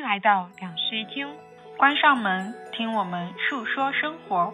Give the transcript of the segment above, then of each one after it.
来到两室一厅，关上门，听我们述说生活。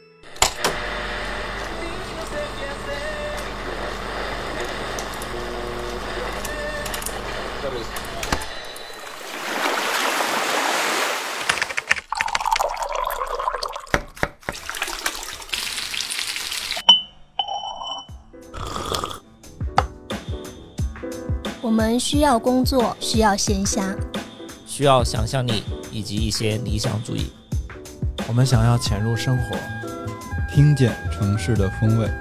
我们需要工作，需要闲暇， 需要想象力以及一些理想主义。 我们想要潜入生活， 听见城市的风味。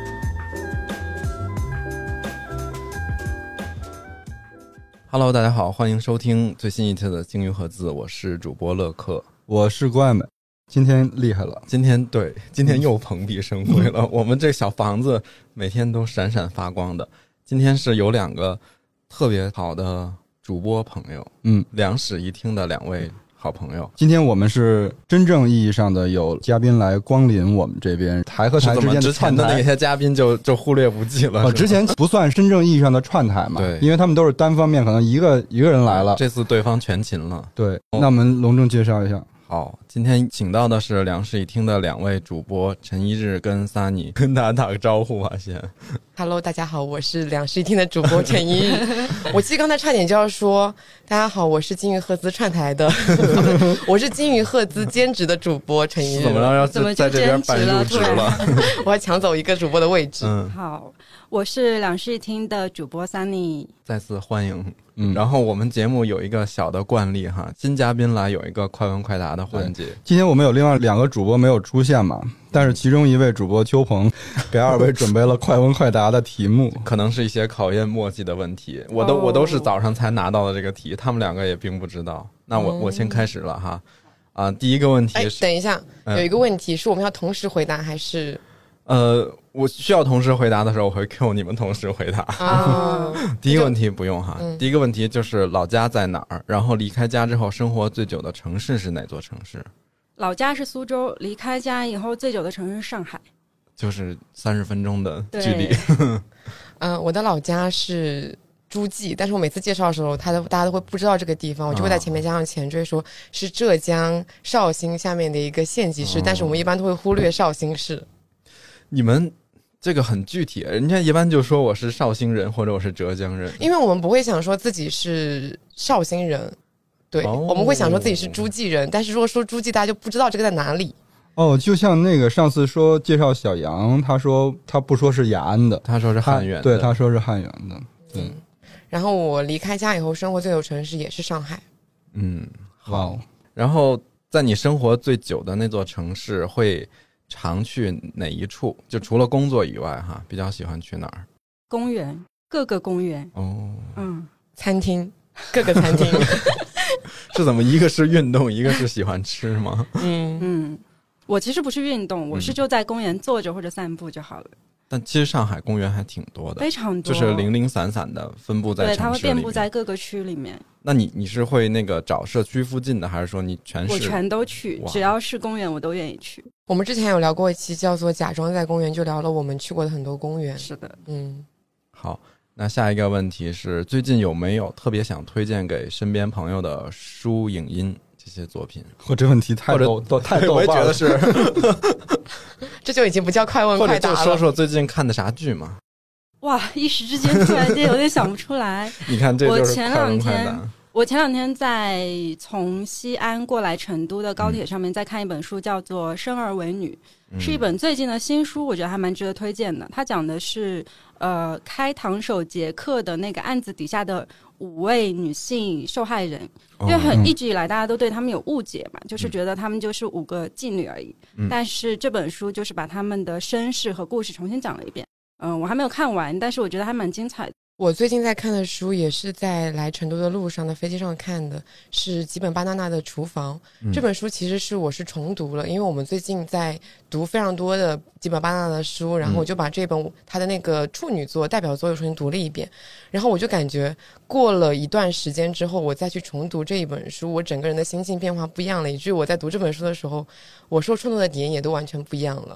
Hello， 大家好，欢迎收听最新一期的鲸鱼盒子，我是主播乐克， 我是郭爱美。今天厉害了， 今天又蓬荜生辉了。我们这小房子每天都闪闪发光的。今天是有两个特别好的主播朋友，两室一厅的两位好朋友。 今天我们是真正意义上的有嘉宾来光临我们这边，台和台之间的之前的那些嘉宾就忽略不计了。 之前不算真正意义上的串台嘛， 对， 因为他们都是单方面，可能一个人来了。 这次对方全勤了。 对，那我们隆重介绍一下。 好，今天请到的是两室一厅的两位主播陈一日跟萨尼，跟大家打个招呼吧先。 Hello， 大家好，我是两室一厅的主播陈一日。我记得刚才差点就要说，大家好，我是金鱼赫兹串台的，我是金鱼赫兹兼职的主播陈一日。 怎么了？要在这边办入职了？ 我要抢走一个主播的位置。 好，我是两室一厅的主播 Sunny， 再次欢迎。然后我们节目有一个小的惯例哈，新嘉宾来有一个快问快答的环节。 今天我们有另外两个主播没有出现嘛，但是其中一位主播邱鹏给二位准备了快问快答的题目， 可能是一些考验默契的问题。我都是早上才拿到的这个题，他们两个也并不知道。那我先开始了哈。第一个问题是， 等一下，有一个问题是我们要同时回答还是？ 我需要同时回答的时候，我会 Q 你们同时回答。第一个问题不用哈。第一个问题就是老家在哪儿？然后离开家之后生活最久的城市是哪座城市？ 老家是苏州，离开家以后最久的城市是上海， 就是30分钟的距离。 我的老家是诸暨，但是我每次介绍的时候，大家都会不知道这个地方，我就会在前面加上前缀，说是浙江绍兴下面的一个县级市，但是我们一般都会忽略绍兴市。 你们这个很具体，人家一般就说我是绍兴人或者我是浙江人， 因为我们不会想说自己是绍兴人，对，我们会想说自己是诸暨人，但是如果说诸暨，大家就不知道这个在哪里。 就像那个上次说介绍小杨，他说他不说是雅安的， 他说是汉源的， 对，他说是汉源的。对， 然后我离开家以后，生活最久城市也是上海。 好。然后在你生活最久的那座城市会常去哪一处？就除了工作以外哈，比较喜欢去哪儿？ 公园，各个公园。 餐厅，各个餐厅。 是怎么一个是运动，一个是喜欢吃吗？ 我其实不是运动，我是就在公园坐着或者散步就好了。 但其实上海公园还挺多的， 非常多， 就是零零散散的分布在城市里面。 对，它会遍布在各个区里面。 那你是会那个找社区附近的，还是说你全是？ 我全都去，只要是公园我都愿意去。 我们之前有聊过一期叫做假装在公园，就聊了我们去过的很多公园。 是的。 好，那下一个问题是，最近有没有特别想推荐给身边朋友的书影音这些作品？ 这问题太逗我也觉得是。 这就已经不叫快问快答了。 或者就说说最近看的啥剧嘛？ 哇，一时之间突然间有点想不出来。 你看，这就是快问快答。 我前两天在从西安过来成都的高铁上面在看一本书，叫做《生而为女》，是一本最近的新书，我觉得还蛮值得推荐的。它讲的是开膛手杰克的那个案子底下的5位女性受害人，因为一直以来大家都对他们有误解嘛，就是觉得他们就是5个妓女而已。但是这本书就是把他们的身世和故事重新讲了一遍。我还没有看完，但是我觉得还蛮精彩的。 我最近在看的书也是在来成都的路上的飞机上看的，是吉本巴娜娜的厨房。这本书其实我是重读了，因为我们最近在读非常多的吉本巴娜娜的书，然后我就把这本他的那个处女作代表作又重新读了一遍，然后我就感觉过了一段时间之后，我再去重读这一本书，我整个人的心境变化不一样了，以至于我在读这本书的时候，我受触动的点也都完全不一样了。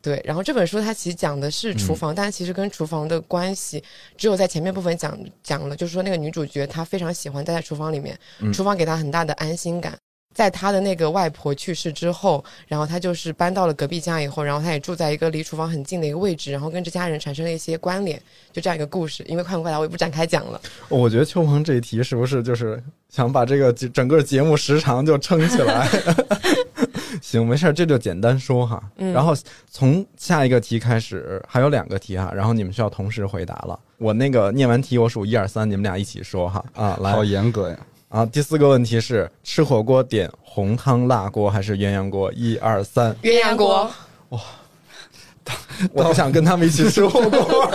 对，然后这本书它其实讲的是厨房，但其实跟厨房的关系只有在前面部分讲了，就是说那个女主角她非常喜欢待在厨房里面，厨房给她很大的安心感。在她的那个外婆去世之后，然后她就是搬到了隔壁家以后，然后她也住在一个离厨房很近的一个位置，然后跟这家人产生了一些关联，就这样一个故事。因为快问快答我也不展开讲了。 我觉得秋鹏这一题是不是就是想把这个整个节目时长就撑起来？行，没事，这就简单说哈。然后从下一个题开始，还有2个题哈，然后你们需要同时回答了。我那个念完题，我数1、2、3，你们俩一起说哈。啊，来， 好严格呀。 啊，第4个问题是吃火锅点红汤辣锅还是鸳鸯锅？1、2、3， 鸳鸯锅。 哇，我不想跟他们一起吃火锅。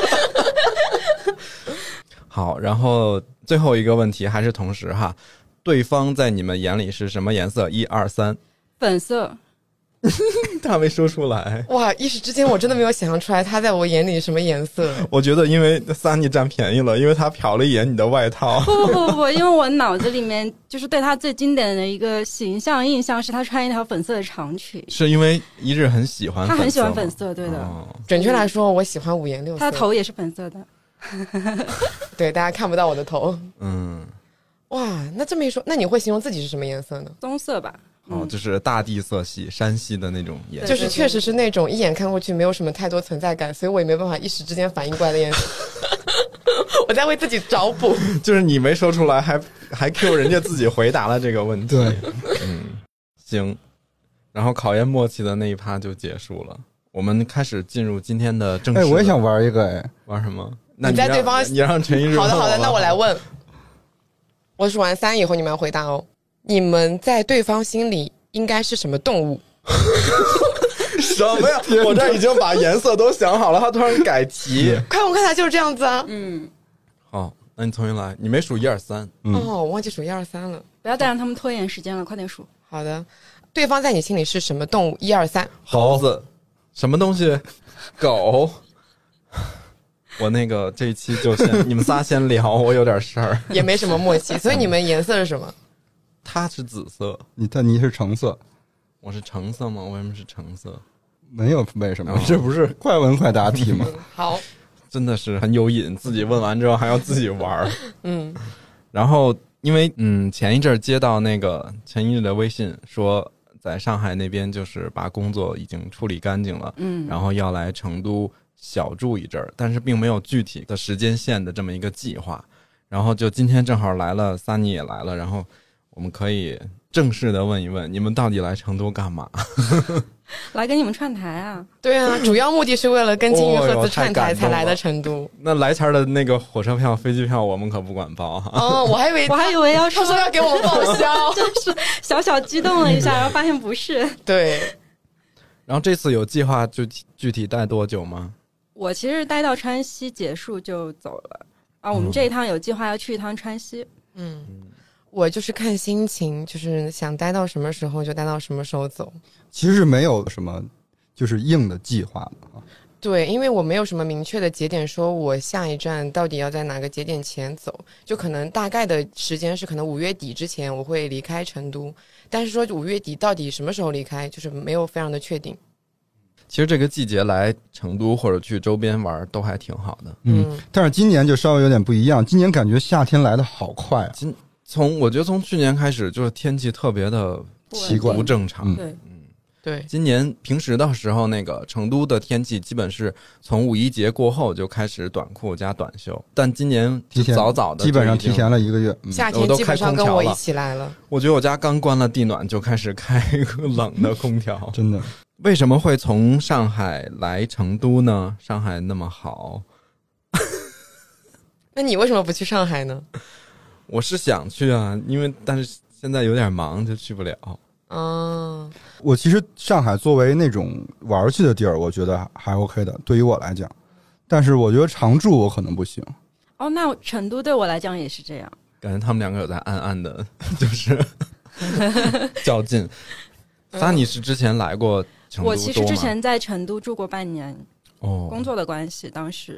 好，然后最后一个问题还是同时哈，对方在你们眼里是什么颜色？1、2、3， 粉色。 他没说出来。 哇，一时之间我真的没有想象出来他在我眼里什么颜色。 我觉得因为Sunny占便宜了，因为他瞟了一眼你的外套。 不，因为我脑子里面就是对他最经典的一个形象印象是他穿一条粉色的长裙。 是因为一日很喜欢粉色， 他很喜欢粉色，对的。 准确来说，我喜欢五颜六色。 他的头也是粉色的。 对，大家看不到我的头。 哇， 那这么一说，那你会形容自己是什么颜色呢？ 棕色吧。 就是大地色系，山西的那种颜色， 就是确实是那种一眼看过去没有什么太多存在感，所以我也没办法一时之间反应过来的颜色。我在为自己找补。 就是你没说出来，还 Q 人家自己回答了这个问题。 对， 行。然后考验默契的那一趴就结束了，我们开始进入今天的正式的。 我也想玩一个。 玩什么？那你在对方， 你让陈一日。 好的，那我来问。我数完3以后，你们要回答哦。你们在对方心里应该是什么动物？ 什么呀？我这已经把颜色都想好了，他突然改题。 快问快答就是这样子啊。 好，那你重新来，你没数1、2、3。 我忘记数1、2、3了。 不要再让他们拖延时间了，快点数。 好的，对方在你心里是什么动物？1、2、3。 猴子。什么东西？狗。我那个这一期就先你们仨先聊，我有点事儿。 也没什么默契，所以你们颜色是什么？ 他是紫色， 你是橙色， 我是橙色吗？为什么是橙色？ 没有为什么，这不是快问快答题吗？ 好， 真的是很有瘾，自己问完之后还要自己玩。然后因为前一阵接到那个陈一日的微信说，在上海那边就是把工作已经处理干净了，然后要来成都小住一阵儿，但是并没有具体的时间线的这么一个计划。然后就今天正好来了，Sunny也来了，然后我们可以正式的问一问，你们到底来成都干嘛？ 来跟你们串台啊？ 对啊，主要目的是为了跟金鱼赫兹串台才来的成都。 那来前的那个火车票、飞机票我们可不管报哈。 我还以为要说要给我们报销， 就是小小激动了一下，然后发现不是。 对。 然后这次有计划就具体待多久吗？ 我其实待到川西结束就走了啊。我们这一趟有计划要去一趟川西。 我就是看心情，就是想待到什么时候就待到什么时候走。 其实没有什么就是硬的计划的。 对，因为我没有什么明确的节点，说我下一站到底要在哪个节点前走，就可能大概的时间是可能5月底之前我会离开成都，但是说5月底到底什么时候离开，就是没有非常的确定。 其实这个季节来成都或者去周边玩都还挺好的。 但是今年就稍微有点不一样，今年感觉夏天来的好快啊。 我觉得从去年开始就是天气特别的奇怪， 不正常。 对， 今年平时的时候，那个成都的天气基本是从5·1节过后就开始短裤加短袖，但今年早早的基本上提前了1个月。 夏天基本上跟我一起来了。 我觉得我家刚关了地暖就开始开一个冷的空调。 真的。 为什么会从上海来成都呢？上海那么好。 那你为什么不去上海呢？ 我是想去啊，但是现在有点忙，就去不了。 我其实上海作为那种玩去的地儿，我觉得还 OK 的，对于我来讲。但是我觉得常住我可能不行。 那成都对我来讲也是这样。 感觉他们两个有在暗暗的，就是较劲。Sunny是之前来过成都多吗？ 我其实之前在成都住过半年，工作的关系，当时。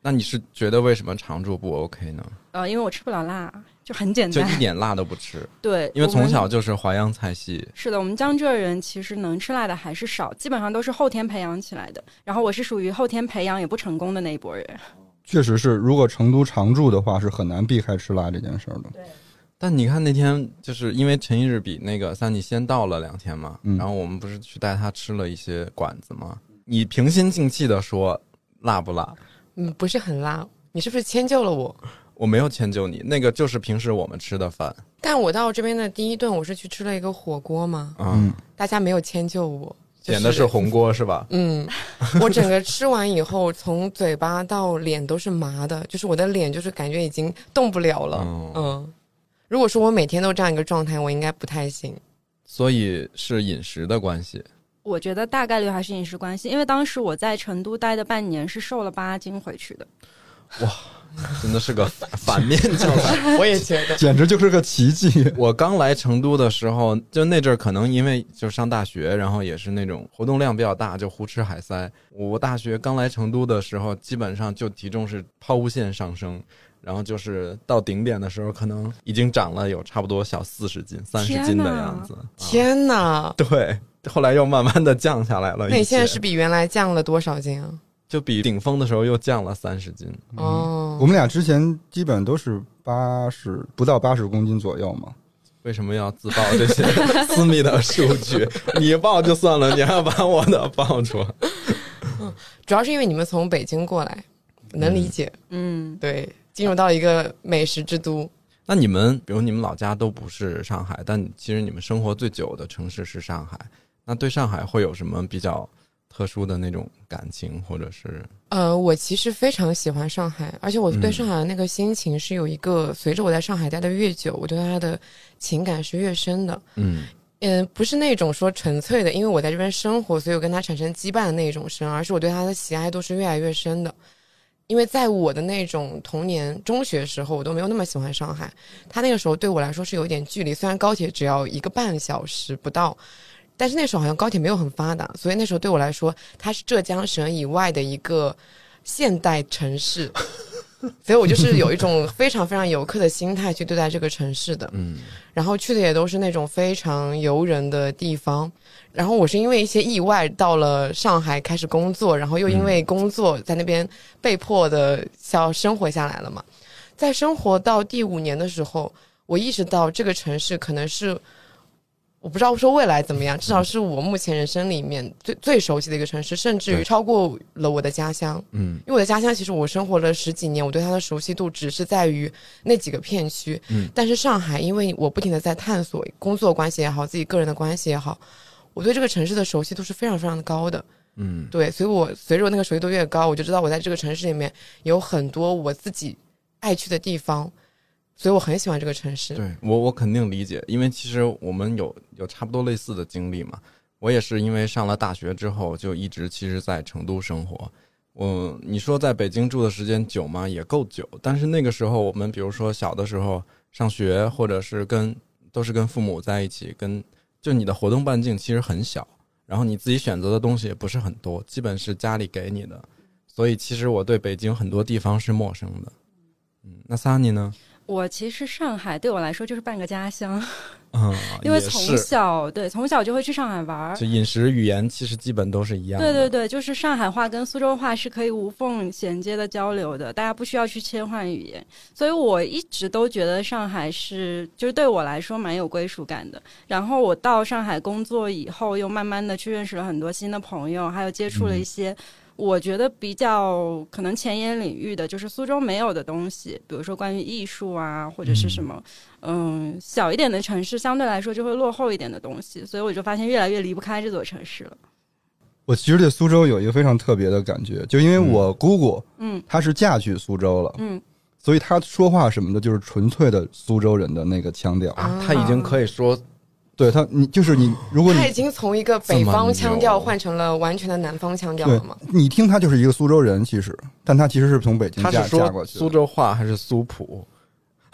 那你是觉得为什么常住不 OK 呢？ 因为我吃不了辣，就很简单， 就一点辣都不吃。 对， 因为从小就是淮扬菜系。 是的，我们江浙人其实能吃辣的还是少，基本上都是后天培养起来的。然后我是属于后天培养也不成功的那一拨人。 确实是，如果成都常住的话，是很难避开吃辣这件事儿的。 对。 但你看那天，就是因为陈一日比那个Sunny先到了2天嘛，然后我们不是去带他吃了一些馆子吗？你平心静气的说辣不辣？ 不是很辣。你是不是迁就了我？ 我没有迁就你，那个就是平时我们吃的饭。 但我到这边的第一顿，我是去吃了一个火锅嘛，大家没有迁就我， 点的是红锅是吧？ 我整个吃完以后，从嘴巴到脸都是麻的，就是我的脸就是感觉已经动不了了。如果说我每天都这样一个状态，我应该不太行。 所以是饮食的关系。 我觉得大概率还是饮食关系，因为当时我在成都待的半年是瘦了8斤回去的。 哇，真的是个反面教材。 我也觉得简直就是个奇迹。 我刚来成都的时候，就那阵儿可能因为就上大学，然后也是那种活动量比较大，就胡吃海塞。我大学刚来成都的时候，基本上就体重是抛物线上升，然后就是到顶点的时候可能已经长了有差不多小40斤30斤的样子。 天哪！ 对，后来又慢慢的降下来了。 那你现在是比原来降了多少斤啊？ 就比顶峰的时候又降了30斤。 我们俩之前基本都是不到80公斤左右嘛。 为什么要自曝这些私密的数据？你报就算了，你还要把我的报出来。 主要是因为你们从北京过来，能理解。对，进入到一个美食之都。 那你们比如你们老家都不是上海，但其实你们生活最久的城市是上海，那对上海会有什么比较特殊的那种感情，或者是我其实非常喜欢上海，而且我对上海的那个心情是有一个随着我在上海待的越久，我对它的情感是越深的。不是那种说纯粹的因为我在这边生活所以我跟它产生羁绊的那种深，而是我对它的喜爱度是越来越深的。因为在我的那种童年中学时候，我都没有那么喜欢上海，它那个时候对我来说是有一点距离，虽然高铁只要1个半小时不到，但是那时候好像高铁没有很发达，所以那时候对我来说它是浙江省以外的一个现代城市。所以我就是有一种非常非常游客的心态去对待这个城市的。然后去的也都是那种非常游人的地方。然后我是因为一些意外到了上海开始工作，然后又因为工作在那边被迫的要生活下来了嘛。在生活到第5年的时候，我意识到这个城市可能是我不知道说未来怎么样，至少是我目前人生里面最熟悉的一个城市，甚至于超过了我的家乡。因为我的家乡其实我生活了10几年，我对它的熟悉度只是在于那几个片区。但是上海，因为我不停的在探索工作关系也好，自己个人的关系也好，我对这个城市的熟悉度是非常非常的高的。对，所以我随着我那个熟悉度越高，我就知道我在这个城市里面有很多我自己爱去的地方。所以我很喜欢这个城市。 对，我肯定理解，因为其实我们有差不多类似的经历嘛。我也是因为上了大学之后就一直其实在成都生活。你说在北京住的时间久吗？也够久，但是那个时候我们比如说小的时候上学，或者是都是跟父母在一起，就你的活动半径其实很小，然后你自己选择的东西也不是很多，基本是家里给你的。所以其实我对北京很多地方是陌生的。那Sunny呢？ 我其实上海对我来说就是半个家乡。因为从小就会去上海玩， 就饮食语言其实基本都是一样的。 对对对，就是上海话跟苏州话是可以无缝衔接的交流的，大家不需要去切换语言，所以我一直都觉得上海就是对我来说蛮有归属感的。然后我到上海工作以后，又慢慢的去认识了很多新的朋友，还有接触了一些我觉得比较可能前沿领域的，就是苏州没有的东西，比如说关于艺术啊，或者是什么小一点的城市相对来说就会落后一点的东西，所以我就发现越来越离不开这座城市了。 我其实对苏州有一个非常特别的感觉，就因为我姑姑她是嫁去苏州了，所以她说话什么的就是纯粹的苏州人的那个腔调她已经可以说对他，如果你他已经从一个北方腔调换成了完全的南方腔调了嘛？ 你听他就是一个苏州人，其实，但他其实是从北京嫁过去的。 他是说苏州话还是苏普？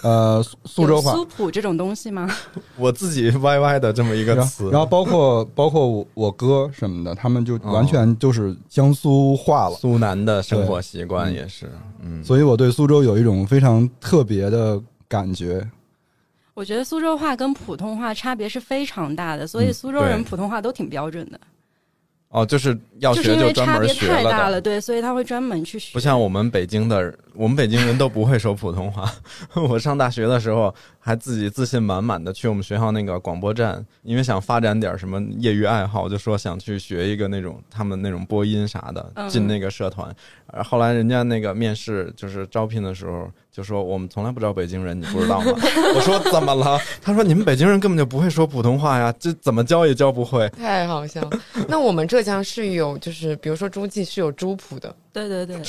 苏州话有苏普这种东西吗？ 我自己歪歪的这么一个词。 然后包括我哥什么的，他们就完全就是江苏话了。 苏南的生活习惯也是， 所以我对苏州有一种非常特别的感觉。 我觉得苏州话跟普通话差别是非常大的，所以苏州人普通话都挺标准的。 就是要学就专门学了的， 就是因为差别太大了，对，所以他会专门去学。 不像我们北京人都不会说普通话。我上大学的时候还自己自信满满的去我们学校那个广播站，因为想发展点什么业余爱好，就说想去学一个那种他们那种播音啥的，进那个社团。后来人家那个面试就是招聘的时候就说我们从来不招北京人，你不知道吗？我说怎么了？他说你们北京人根本就不会说普通话呀，这怎么教也教不会。 太好笑了。那我们浙江是有就是比如说诸暨是有诸普的。 对对对，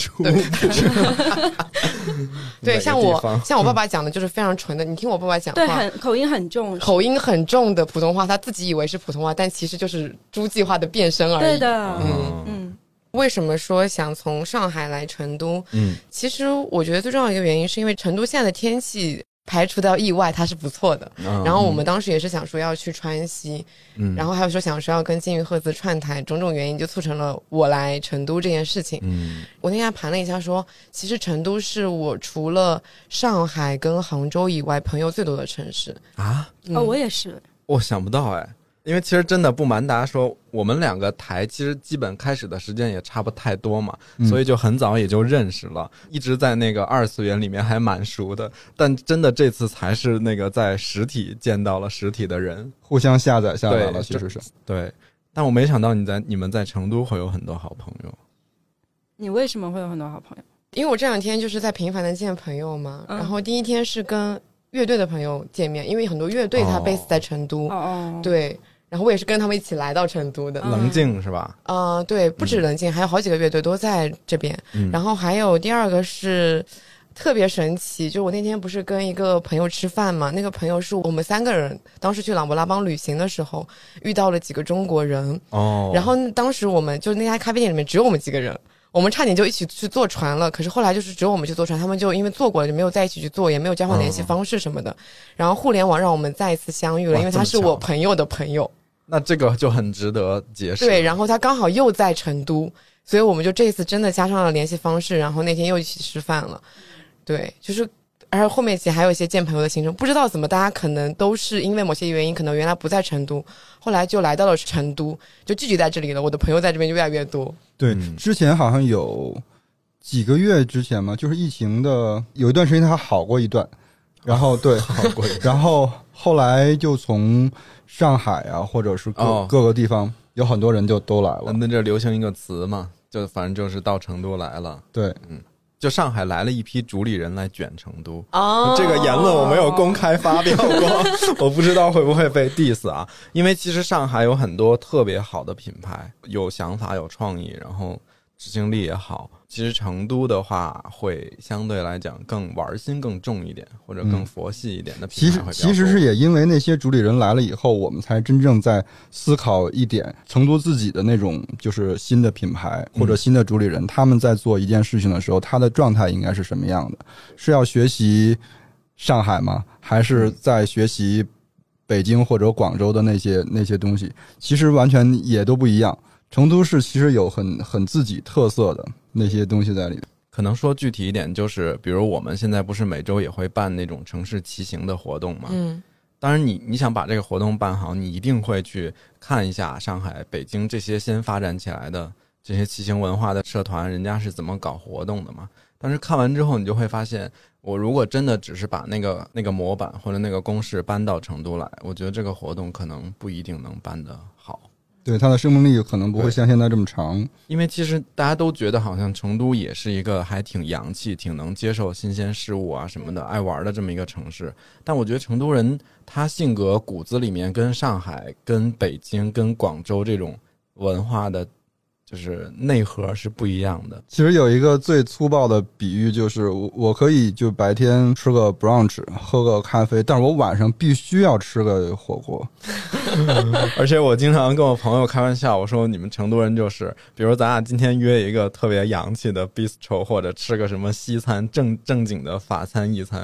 对，像我爸爸讲的就是非常纯的，你听我爸爸讲话， 对，口音很重的普通话，他自己以为是普通话，但其实就是诸暨话的变身而已。 对的， 为什么说想从上海来成都？其实我觉得最重要的一个原因是因为成都现在的天气排除掉意外它是不错的，然后我们当时也是想说要去川西，然后还有说想说要跟金鱼赫兹串台，种种原因就促成了我来成都这件事情。我那天盘了一下说，其实成都是我除了上海跟杭州以外朋友最多的城市啊。 我也是， 我想不到因为其实真的不瞒大家说，我们两个台其实基本开始的时间也差不太多嘛，所以就很早也就认识了，一直在那个二次元里面还蛮熟的，但真的这次才是那个在实体见到了实体的人， 互相下载下来了，其实是对。但我没想到你们在成都会有很多好朋友。 你为什么会有很多好朋友？ 因为我这两天就是在频繁的见朋友嘛，然后第一天是跟乐队的朋友见面，因为很多乐队他 base 在成都，对。然后我也是跟他们一起来到成都的。 棱镜是吧？ 对，不止棱镜，还有好几个乐队都在这边。然后还有第二个是特别神奇，就我那天不是跟一个朋友吃饭嘛，那个朋友是我们3个人当时去琅勃拉邦旅行的时候遇到了几个中国人。然后当时我们就那家咖啡店里面只有我们几个人，我们差点就一起去坐船了，可是后来就是只有我们去坐船，他们就因为坐过了就没有在一起去坐，也没有交换联系方式什么的。然后互联网让我们再一次相遇了，因为他是我朋友的朋友。 那这个就很值得解释。 对，然后他刚好又在成都，所以我们就这一次真的加上了联系方式，然后那天又一起吃饭了。对，就是而且后面其实还有一些见朋友的行程，不知道怎么大家可能都是因为某些原因，可能原来不在成都，后来就来到了成都，就聚集在这里了，我的朋友在这边就越来越多。 对，之前好像有几个月之前嘛，就是疫情的有一段时间它好过一段，然后对，然后后来就从上海啊，或者是各个地方有很多人就都来了。 那这流行一个词嘛，就反正就是到成都来了。 对， 就上海来了一批主理人来卷成都。这个言论我没有公开发表过，我不知道会不会被 diss 啊。因为其实上海有很多特别好的品牌，有想法有创意，然后执行力也好。其实成都的话会相对来讲更玩心更重一点，或者更佛系一点的品牌会比较多。 其实是也因为那些主理人来了以后，我们才真正在思考一点，成都自己的那种就是新的品牌或者新的主理人，他们在做一件事情的时候，他的状态应该是什么样的？是要学习上海吗？还是在学习北京或者广州的那些东西？其实完全也都不一样。成都是其实有很自己特色的那些东西在里面。 可能说具体一点，就是比如我们现在不是每周也会办那种城市骑行的活动吗？当然你想把这个活动办好，你一定会去看一下上海、北京这些先发展起来的这些骑行文化的社团，人家是怎么搞活动的嘛。但是看完之后，你就会发现，我如果真的只是把那个模板或者那个公式搬到成都来，我觉得这个活动可能不一定能办得好。 对，它的生命力可能不会像现在这么长。 因为其实大家都觉得好像成都也是一个还挺洋气、挺能接受新鲜事物啊什么的、爱玩的这么一个城市。但我觉得成都人他性格骨子里面跟上海、跟北京、跟广州这种文化的就是内核是不一样的。 其实有一个最粗暴的比喻，就是我可以就白天吃个 brunch 喝个咖啡，但是我晚上必须要吃个火锅。 而且我经常跟我朋友开玩笑，我说你们成都人就是比如咱俩今天约一个特别洋气的 bistro 或者吃个什么西餐正经的法餐意餐，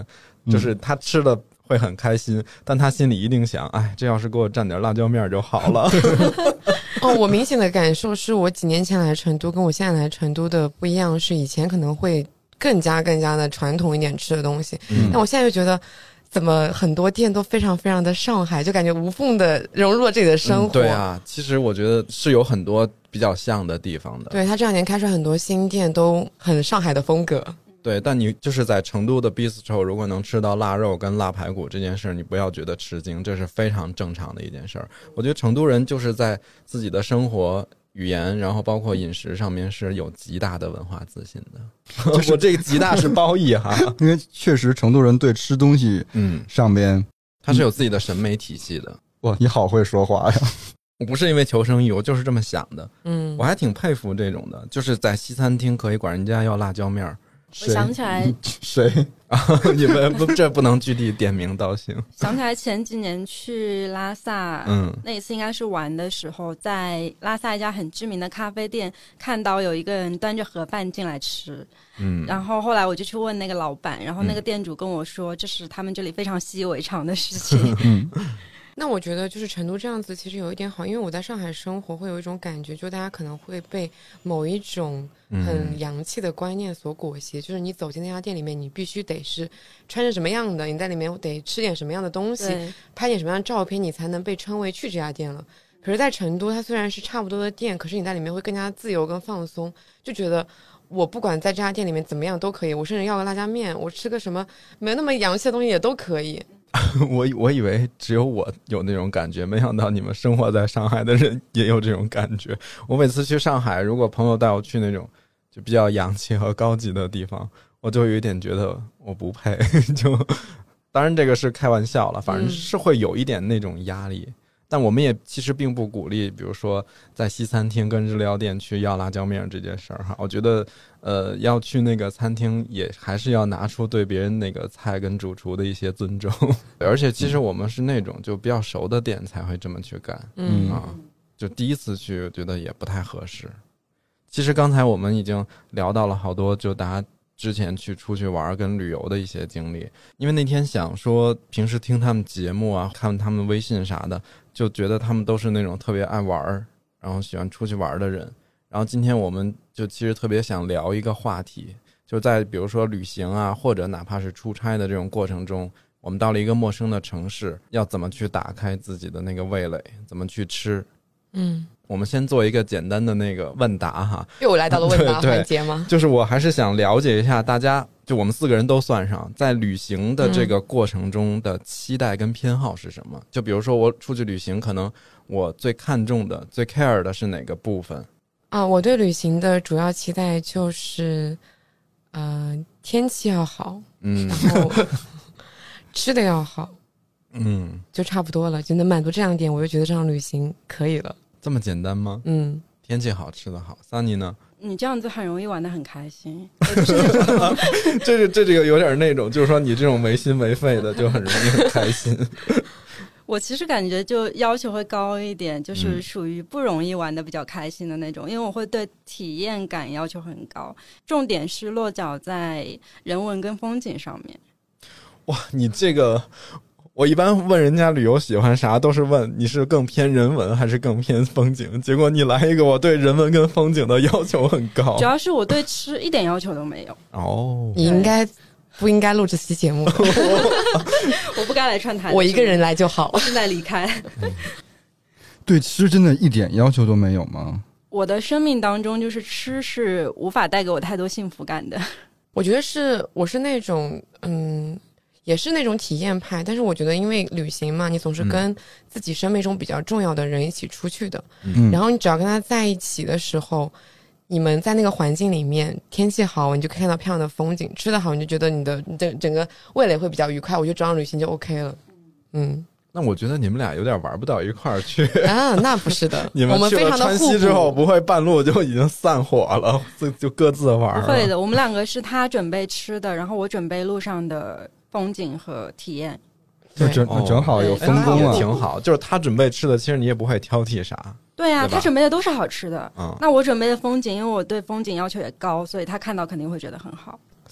就是他吃的会很开心，但他心里一定想，哎，这要是给我蘸点辣椒面就好了。 我明显的感受是我几年前来成都跟我现在来成都的不一样，是以前可能会更加的传统一点吃的东西，但我现在就觉得怎么很多店都非常非常的上海，就感觉无缝的融入了这里的生活。 对啊，其实我觉得是有很多比较像的地方的。 对，他这2年开出很多新店都很上海的风格。 对，但你就是在成都的 bistro 如果能吃到腊肉跟腊排骨这件事儿，你不要觉得吃惊，这是非常正常的一件事儿。我觉得成都人就是在自己的生活语言然后包括饮食上面是有极大的文化自信的。我这个极大是褒义哈。 因为确实成都人对吃东西上边他是有自己的审美体系的。 哇，你好会说话呀。 我不是因为求生欲，我就是这么想的。我还挺佩服这种的，就是在西餐厅可以管人家要辣椒面儿。 我想起来谁啊？你们这不能具体点名道姓。 想起来前几年去拉萨，那一次应该是玩的时候，在拉萨一家很知名的咖啡店看到有一个人端着盒饭进来吃，然后后来我就去问那个老板，然后那个店主跟我说，这是他们这里非常习以为常的事情。 那我觉得就是成都这样子其实有一点好，因为我在上海生活会有一种感觉，就大家可能会被某一种很洋气的观念所裹挟，就是你走进那家店里面，你必须得是穿着什么样的，你在里面得吃点什么样的东西，拍点什么样的照片，你才能被称为去这家店了。可是在成都它虽然是差不多的店，可是你在里面会更加自由跟放松，就觉得我不管在这家店里面怎么样都可以，我甚至要个辣椒面，我吃个什么没那么洋气的东西也都可以。 我以为只有我有那种感觉，没想到你们生活在上海的人也有这种感觉。我每次去上海，如果朋友带我去那种就比较洋气和高级的地方，我就有一点觉得我不配。就当然这个是开玩笑了，反正是会有一点那种压力。但我们也其实并不鼓励比如说在西餐厅跟日料店去要辣椒面这件事儿哈。我觉得要去那个餐厅也还是要拿出对别人那个菜跟主厨的一些尊重。而且其实我们是那种就比较熟的店才会这么去干。就第一次去觉得也不太合适。其实刚才我们已经聊到了好多就大家之前去出去玩跟旅游的一些经历，因为那天想说平时听他们节目啊，看他们微信啥的，就觉得他们都是那种特别爱玩然后喜欢出去玩的人。然后今天我们就其实特别想聊一个话题，就在比如说旅行啊，或者哪怕是出差的这种过程中，我们到了一个陌生的城市，要怎么去打开自己的那个味蕾，怎么去吃。我们先做一个简单的那个问答哈， 又来到了问答环节吗？ 就是我还是想了解一下大家，就我们4个人都算上，在旅行的这个过程中的期待跟偏好是什么？就比如说我出去旅行，可能我最看重的、最 care 的是哪个部分？ 我对旅行的主要期待就是天气要好，然后吃的要好，就差不多了，就能满足这2点，我就觉得这趟旅行可以了。 这么简单吗？天气好，吃的好。Sunny 呢？ 你这样子很容易玩得很开心。 这个有点那种，就是说你这种没心没肺的就很容易很开心。 我其实感觉就要求会高一点，就是属于不容易玩得比较开心的那种，因为我会对体验感要求很高，重点是落脚在人文跟风景上面。 哇，你这个我一般问人家旅游喜欢啥都是问你是更偏人文还是更偏风景，结果你来一个我对人文跟风景的要求很高。 主要是我对吃一点要求都没有。 你不应该录这期节目。 我不该来串台， 我一个人来就好， 我现在离开。 对吃真的一点要求都没有吗？ 我的生命当中就是吃是无法带给我太多幸福感的。 我觉得我是那种也是那种体验派，但是我觉得因为旅行嘛，你总是跟自己生命中比较重要的人一起出去的，然后你只要跟他在一起的时候，你们在那个环境里面，天气好你就可以看到漂亮的风景，吃得好你就觉得你的整个味蕾会比较愉快，我觉得这样旅行就 OK 了。 那我觉得你们俩有点玩不到一块儿去啊，那不是的。 你们去了川西之后不会半路就已经散伙了，就各自玩了？ 不会的，我们2个是他准备吃的，然后我准备路上的风景和体验。 正好有分工了，挺好。就是他准备吃的，其实你也不会挑剔啥。 对啊，他准备的都是好吃的。那我准备的风景，因为我对风景要求也高，所以他看到肯定会觉得很好。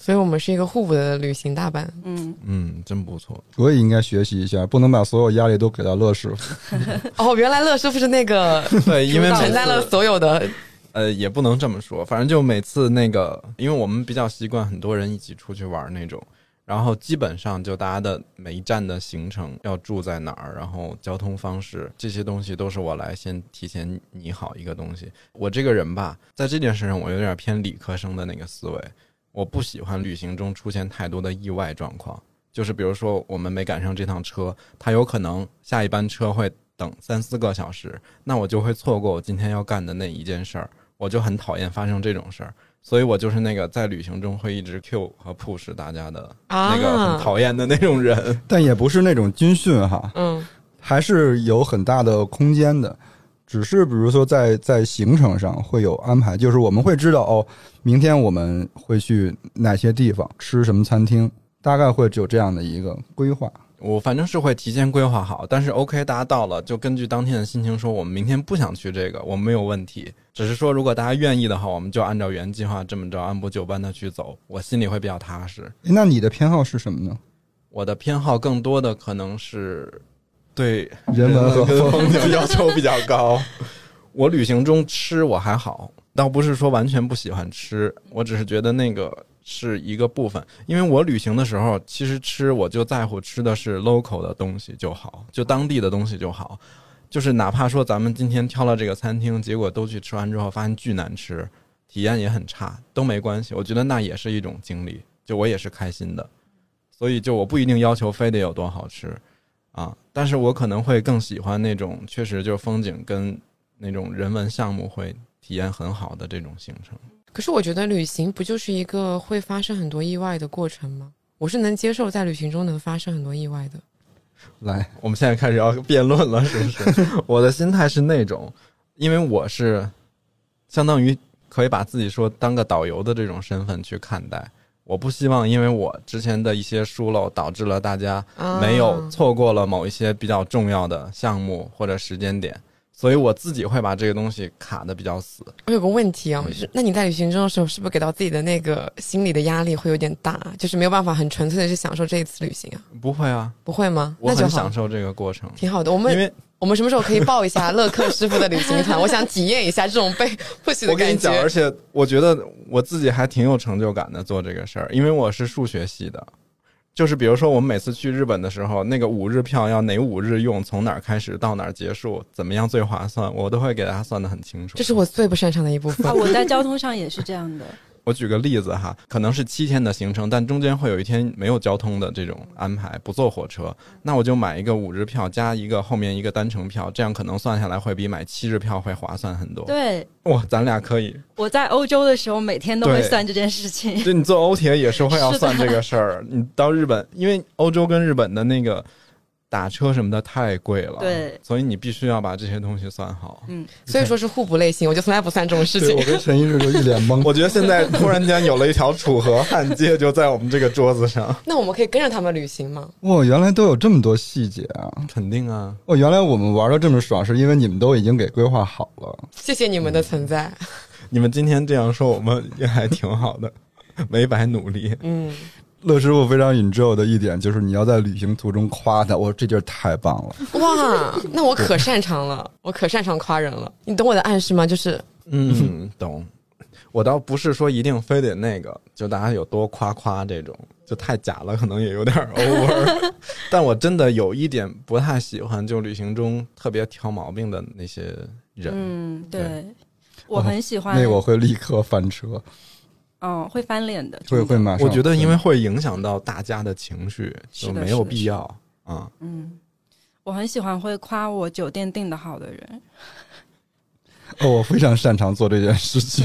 所以我们是一个互补的旅行大班。 真不错。 我也应该学习一下，不能把所有压力都给到乐师傅。 哦，原来乐师傅是那个对，因为承担了所有的。 也不能这么说，反正就每次那个，因为我们比较习惯很多人一起出去玩那种，然后基本上就大家的每一站的行程要住在哪儿，然后交通方式这些东西都是我来先提前拟好一个东西。我这个人吧，在这件事上我有点偏理科生的那个思维，我不喜欢旅行中出现太多的意外状况，就是比如说我们没赶上这趟车，它有可能下一班车会等3-4个小时，那我就会错过我今天要干的那一件事儿，我就很讨厌发生这种事儿，所以我就是那个在旅行中会一直 Q 和 push 大家的那个很讨厌的那种人。 但也不是那种军训哈，还是有很大的空间的，只是比如说在行程上会有安排，就是我们会知道哦，明天我们会去哪些地方，吃什么餐厅，大概会有这样的一个规划。 我反正是会提前规划好，但是 OK 大家到了就根据当天的心情说我们明天不想去这个，我们没有问题，只是说如果大家愿意的话，我们就按照原计划这么着按部就班的去走，我心里会比较踏实。 那你的偏好是什么呢？ 我的偏好更多的可能是对人文和风景要求比较高。我旅行中吃我还好，倒不是说完全不喜欢吃，我只是觉得那个是一个部分，因为我旅行的时候其实吃我就在乎吃的是 local 的东西就好，就当地的东西就好，就是哪怕说咱们今天挑了这个餐厅，结果都去吃完之后发现巨难吃，体验也很差，都没关系，我觉得那也是一种经历，就我也是开心的，所以就我不一定要求非得有多好吃啊，但是我可能会更喜欢那种确实就风景跟那种人文项目会体验很好的这种行程。 可是我觉得旅行不就是一个会发生很多意外的过程吗？我是能接受在旅行中能发生很多意外的。 来，我们现在开始要辩论了，是不是？我的心态是那种，因为我是相当于可以把自己说当个导游的这种身份去看待，我不希望因为我之前的一些疏漏导致了大家没有错过了某一些比较重要的项目或者时间点，所以我自己会把这个东西卡得比较死。 我有个问题啊，那你在旅行中的时候是不是给到自己的那个心理的压力会有点大，就是没有办法很纯粹的去享受这一次旅行啊？ 不会啊。 不会吗？ 我很享受这个过程， 挺好的。我们什么时候可以报一下乐克师傅的旅行团？我想体验一下这种被push的感觉。 我跟你讲，而且我觉得我自己还挺有成就感的做这个事儿，因为我是数学系的。就是比如说我们每次去日本的时候，那个5日票要哪5日用，从哪儿开始到哪儿结束，怎么样最划算，我都会给大家算得很清楚。 这是我最不擅长的一部分。 我在交通上也是这样的。 我举个例子哈，可能是7天的行程，但中间会有一天没有交通的这种安排，不坐火车，那我就买一个5日票加一个后面一个单程票，这样可能算下来会比买7日票会划算很多。 对， 哇，咱俩可以。 我在欧洲的时候每天都会算这件事情。 就你坐欧铁也是会要算这个事儿。你到日本，因为欧洲跟日本的那个打车什么的太贵了， 对， 所以你必须要把这些东西算好。 所以说是互补类型，我就从来不算这种事情。 对，我跟陈一日就一脸懵。 我觉得现在突然间有了一条楚河汉界，就在我们这个桌子上。 那我们可以跟着他们旅行吗？ 哇，原来都有这么多细节啊！ 肯定啊。 原来我们玩的这么爽，是因为你们都已经给规划好了。 谢谢你们的存在。 你们今天这样说，我们也还挺好的，没白努力。 乐师傅非常 enjoy 的一点就是你要在旅行途中夸他，这地儿太棒了。 哇，那我可擅长了，我可擅长夸人了。你懂我的暗示吗？就是懂。我倒不是说一定非得那个，就大家有多夸这种，就太假了，可能也有点 over。但我真的有一点不太喜欢，就旅行中特别挑毛病的那些人。 对，我很喜欢。 那我会立刻翻车。 会翻脸的， 会马上。 我觉得因为会影响到大家的情绪，就没有必要啊。 我很喜欢会夸我酒店订得好的人。 我非常擅长做这件事情。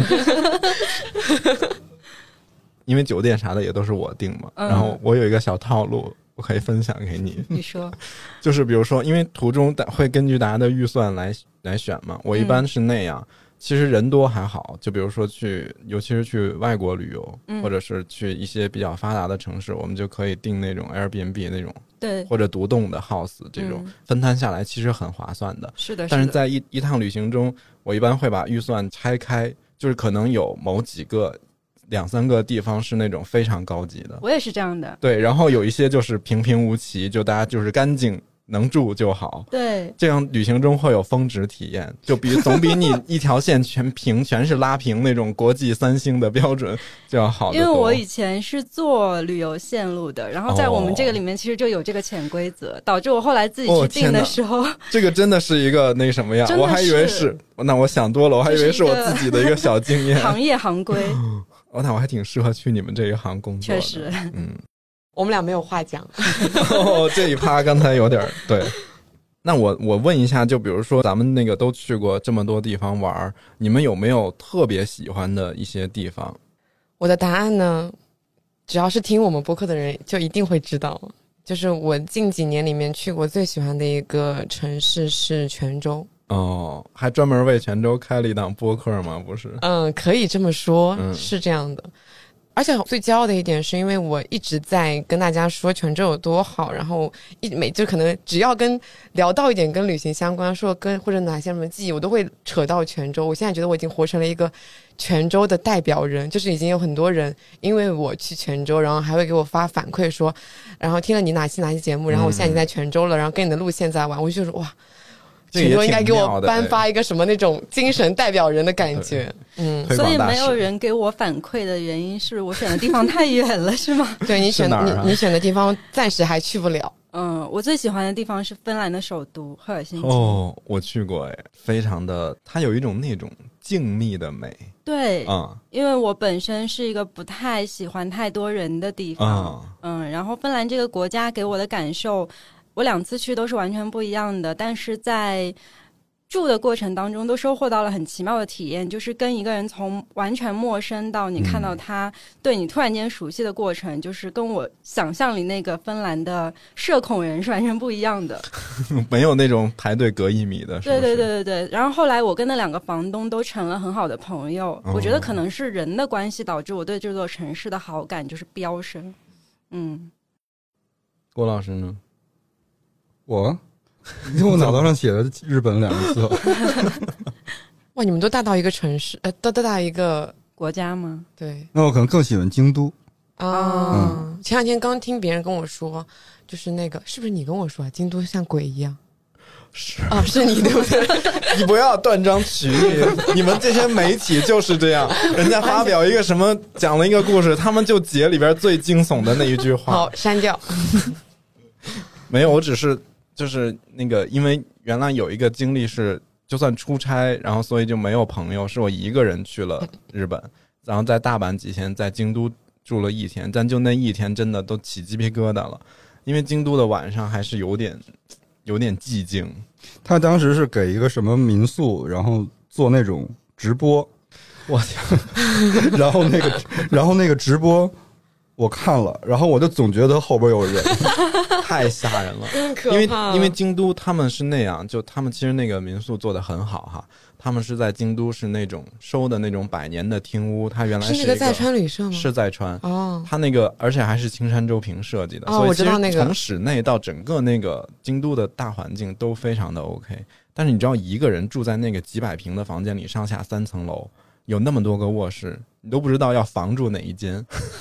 因为酒店啥的也都是我订嘛，然后我有一个小套路，我可以分享给你。 你说， 就是比如说，因为途中会根据大家的预算来选嘛，我一般是那样。其实人多还好，就比如说尤其是去外国旅游，或者是去一些比较发达的城市，我们就可以订那种 Airbnb 那种， 对， 或者独栋的 house 这种，分摊下来其实很划算的。 是的。 但是在一趟旅行中，我一般会把预算拆开，就是可能有某几个 2-3个地方是那种非常高级的。 我也是这样的。 对，然后有一些就是平平无奇，就大家就是干净能住就好。 对， 这样旅行中会有峰值体验，就总比你一条线全是拉平那种国际3星的标准就要好得多。 因为我以前是做旅游线路的，然后在我们这个里面其实就有这个潜规则，导致我后来自己去定的时候， 这个真的是一个那什么呀？我还以为是，那我想多了，我还以为是我自己的一个小经验。 行业行规。 那我还挺适合去你们这一行工作的。 确实， 我们俩没有话讲。 这一趴刚才有点对。那我问一下，就比如说咱们那个都去过这么多地方玩，你们有没有特别喜欢的一些地方？ 我的答案呢，只要是听我们播客的人就一定会知道，就是我近几年里面去过最喜欢的一个城市是泉州。 哦，还专门为泉州开了一档播客吗？不是？ 可以这么说，是这样的。而且最骄傲的一点是因为我一直在跟大家说泉州有多好，然后就可能只要聊到一点跟旅行相关，说或者哪些什么记忆，我都会扯到泉州。我现在觉得我已经活成了一个泉州的代表人，就是已经有很多人因为我去泉州，然后还会给我发反馈说，然后听了你哪期节目，然后我现在已经在泉州了，然后跟你的路线在玩，我就说哇，泉州应该给我颁发一个什么那种精神代表人的感觉。 所以没有人给我反馈的原因是我选的地方太远了，是吗？ 对，你选的地方暂时还去不了。 我最喜欢的地方是芬兰的首都赫尔辛基。 我去过，非常的，它有一种那种静谧的美。 对，因为我本身是一个不太喜欢太多人的地方，然后芬兰这个国家给我的感受，我2次去都是完全不一样的，但是在住的过程当中都收获到了很奇妙的体验，就是跟一个人从完全陌生到你看到他对你突然间熟悉的过程，就是跟我想象里那个芬兰的社恐人是完全不一样的。 没有那种排队隔1米的。是不是？ 对。然后后来我跟那2个房东都成了很好的朋友，我觉得可能是人的关系导致我对这座城市的好感就是飙升。 郭老师呢？ 因为我脑袋上写了日本2个字。 哇，你们都大到一个城市，都大一个国家吗？ 对。 那我可能更喜欢京都。 前2天刚听别人跟我说，就是那个是不是你跟我说京都像鬼一样？是你对不对？ 你不要断章取义，你们这些媒体就是这样，人家发表一个什么讲了一个故事，他们就截里边最惊悚的那一句话。 好，删掉。 没有，我只是就是那个，因为原来有一个经历是，就算出差，然后所以就没有朋友，是我一个人去了日本，然后在大阪几天，在京都住了1天，但就那1天真的都起鸡皮疙瘩了，因为京都的晚上还是有点寂静。 他当时是给一个什么民宿，然后做那种直播， 我天！ 然后那个直播我看了，然后我就总觉得后边有人。 太吓人了， 真可怕。 因为京都他们是那样，就他们其实那个民宿做得很好哈，他们是在京都是那种收的那种100年的厅屋，它原来是那个在川旅社吗？ 是在川它那个而且还是青山周平设计的，所以其实从室内到整个那个京都的大环境都非常的 OK。但是你知道一个人住在那个几百平的房间里，上下3层楼，有那么多个卧室，你都不知道要房住哪一间。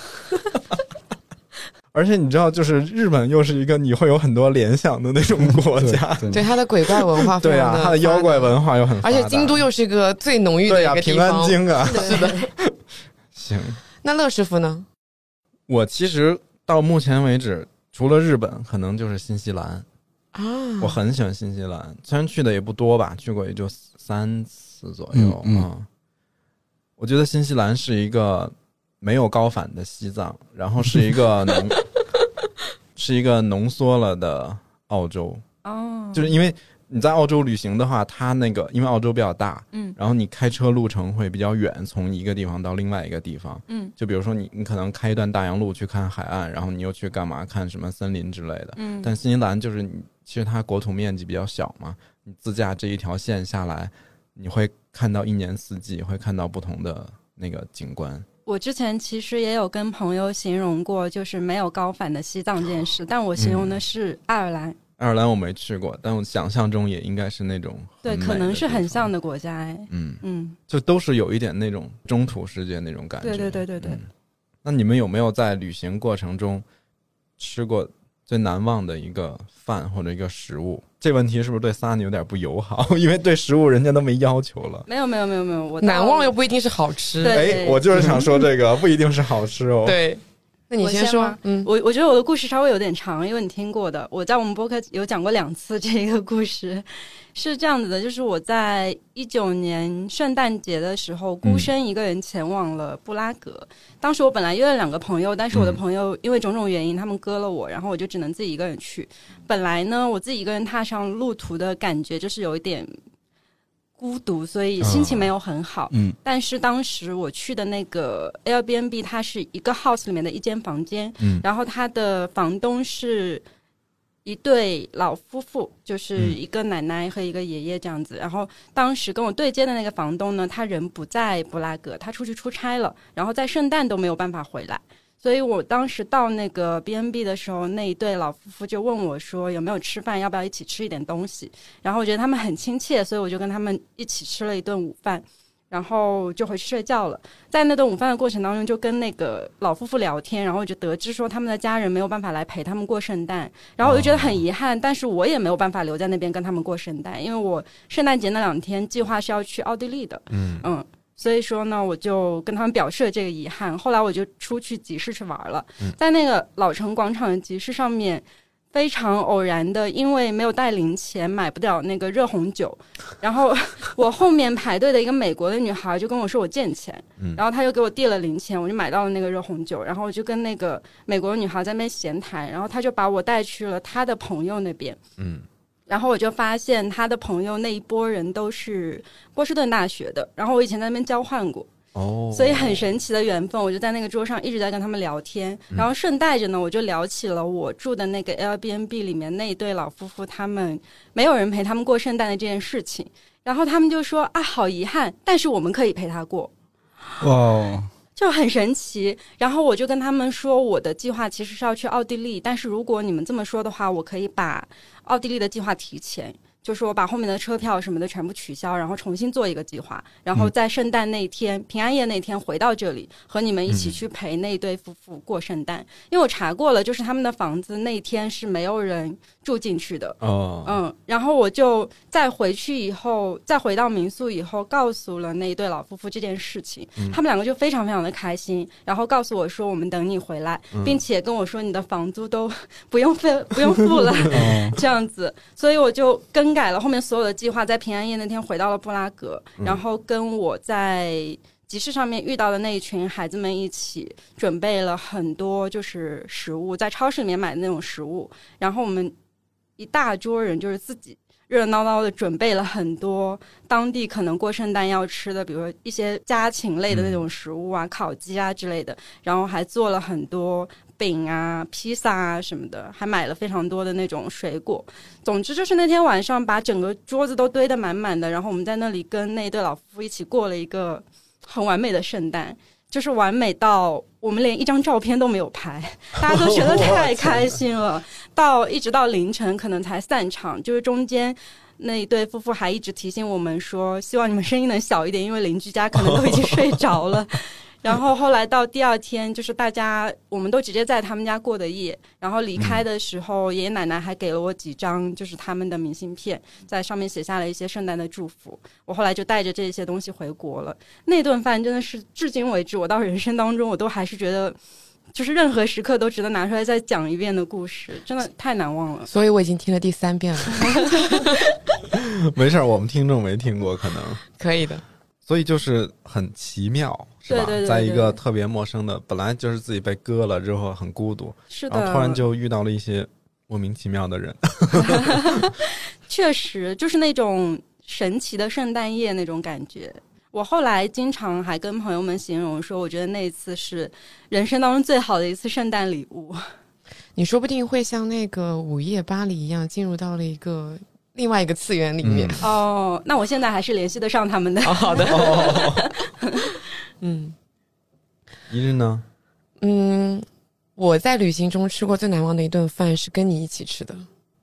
而且你知道，就是日本又是一个你会有很多联想的那种国家， 对它的鬼怪文化非常的， 对啊，它的妖怪文化又很发达， 而且京都又是一个最浓郁的一个地方， 对啊，平安京啊， 是的。 行， 那乐师傅呢？ 我其实到目前为止，除了日本，可能就是新西兰啊。 我很喜欢新西兰，虽然去的也不多吧，去过也就3次左右我觉得新西兰是一个没有高反的西藏，然后是一个是一个浓缩了的澳洲。就是因为你在澳洲旅行的话，它那个因为澳洲比较大，然后你开车路程会比较远，从一个地方到另外一个地方，就比如说你可能开一段大洋路去看海岸，然后你又去干嘛看什么森林之类的，但新西兰就是其实它国土面积比较小嘛，你自驾这一条线下来，你会看到1年4季，会看到不同的那个景观。 我之前其实也有跟朋友形容过就是没有高反的西藏这件事，但我形容的是爱尔兰， 爱尔兰我没去过，但我想象中也应该是那种对，可能是很像的国家。 就都是有一点那种中土世界那种感觉。 对。 那你们有没有在旅行过程中吃过最难忘的一个饭或者一个食物？这问题是不是对Sunny有点不友好？因为对食物人家都没要求了。 没有，我难忘又不一定是好吃。 对， 我就是想说这个不一定是好吃哦。 对。那你先说。 我觉得我的故事稍微有点长，因为你听过的，我在我们播客有讲过2次这个故事。是这样子的，就是我在19年圣诞节的时候孤身一个人前往了布拉格。当时我本来约了2个朋友，但是我的朋友因为种种原因他们割了我，然后我就只能自己一个人去。本来呢我自己一个人踏上路途的感觉就是有一点孤独，所以心情没有很好。但是当时我去的那个 Airbnb 它是一个 house 里面的一间房间，然后它的房东是一对老夫妇，就是一个奶奶和一个爷爷这样子。然后当时跟我对接的那个房东呢，他人不在布拉格，他出去出差了，然后在圣诞都没有办法回来。所以我当时到那个 B&B 的时候，那一对老夫妇就问我说有没有吃饭，要不要一起吃一点东西。然后我觉得他们很亲切，所以我就跟他们一起吃了一顿午饭，然后就回去睡觉了。在那顿午饭的过程当中就跟那个老夫妇聊天，然后我就得知说他们的家人没有办法来陪他们过圣诞，然后我就觉得很遗憾，但是我也没有办法留在那边跟他们过圣诞，因为我圣诞节那2天计划是要去奥地利的。所以说呢我就跟他们表示了这个遗憾。后来我就出去集市去玩了，在那个老城广场的集市上面非常偶然的，因为没有带零钱买不了那个热红酒，然后我后面排队的一个美国的女孩就跟我说我借钱，然后她就给我递了零钱，我就买到了那个热红酒，然后我就跟那个美国的女孩在那边闲谈，然后她就把我带去了她的朋友那边。然后我就发现他的朋友那一波人都是波士顿大学的，然后我以前在那边交换过，所以很神奇的缘分。我就在那个桌上一直在跟他们聊天，然后顺带着呢我就聊起了我住的那个 Airbnb 里面那一对老夫妇他们没有人陪他们过圣诞的这件事情，然后他们就说啊好遗憾，但是我们可以陪他过。就很神奇。然后我就跟他们说我的计划其实是要去奥地利，但是如果你们这么说的话，我可以把奥地利的计划提前，就是我把后面的车票什么的全部取消，然后重新做一个计划，然后在圣诞那天平安夜那天回到这里和你们一起去陪那对夫妇过圣诞。因为我查过了，就是他们的房子那天是没有人住进去的。然后我就再回去以后，再回到民宿以后告诉了那一对老夫妇这件事情，他们2个就非常非常的开心，然后告诉我说我们等你回来，并且跟我说你的房租都不用付了这样子。所以我就更改了后面所有的计划，在平安夜那天回到了布拉格，然后跟我在集市上面遇到的那一群孩子们一起准备了很多就是食物，在超市里面买的那种食物，然后我们一大桌人就是自己热热闹闹的准备了很多当地可能过圣诞要吃的，比如说一些家禽类的那种食物啊，烤鸡啊之类的，然后还做了很多饼啊披萨啊什么的，还买了非常多的那种水果。总之就是那天晚上把整个桌子都堆得满满的，然后我们在那里跟那对老夫妇一起过了一个很完美的圣诞，就是完美到我们连一张照片都没有拍，大家都觉得太开心了一直到凌晨可能才散场，就是中间那一对夫妇还一直提醒我们说希望你们声音能小一点，因为邻居家可能都已经睡着了然后后来到第2天就是我们都直接在他们家过的夜，然后离开的时候爷爷奶奶还给了我几张就是他们的明信片，在上面写下了一些圣诞的祝福。我后来就带着这些东西回国了。那顿饭真的是至今为止我到人生当中我都还是觉得就是任何时刻都值得拿出来再讲一遍的故事，真的太难忘了。 所以我已经听了第3遍了没事，我们听众没听过可能可以的。 所以就是很奇妙，是吧？ 对， 在一个特别陌生的，本来就是自己被割了之后很孤独， 是的， 然后突然就遇到了一些莫名其妙的人确实就是那种神奇的圣诞夜那种感觉。我后来经常还跟朋友们形容说我觉得那一次是人生当中最好的一次圣诞礼物。 你说不定会像那个午夜巴黎一样进入到了另外一个次元里面。 那我现在还是联系得上他们的。 好的一日呢？ 我在旅行中吃过最难忘的一顿饭是跟你一起吃的。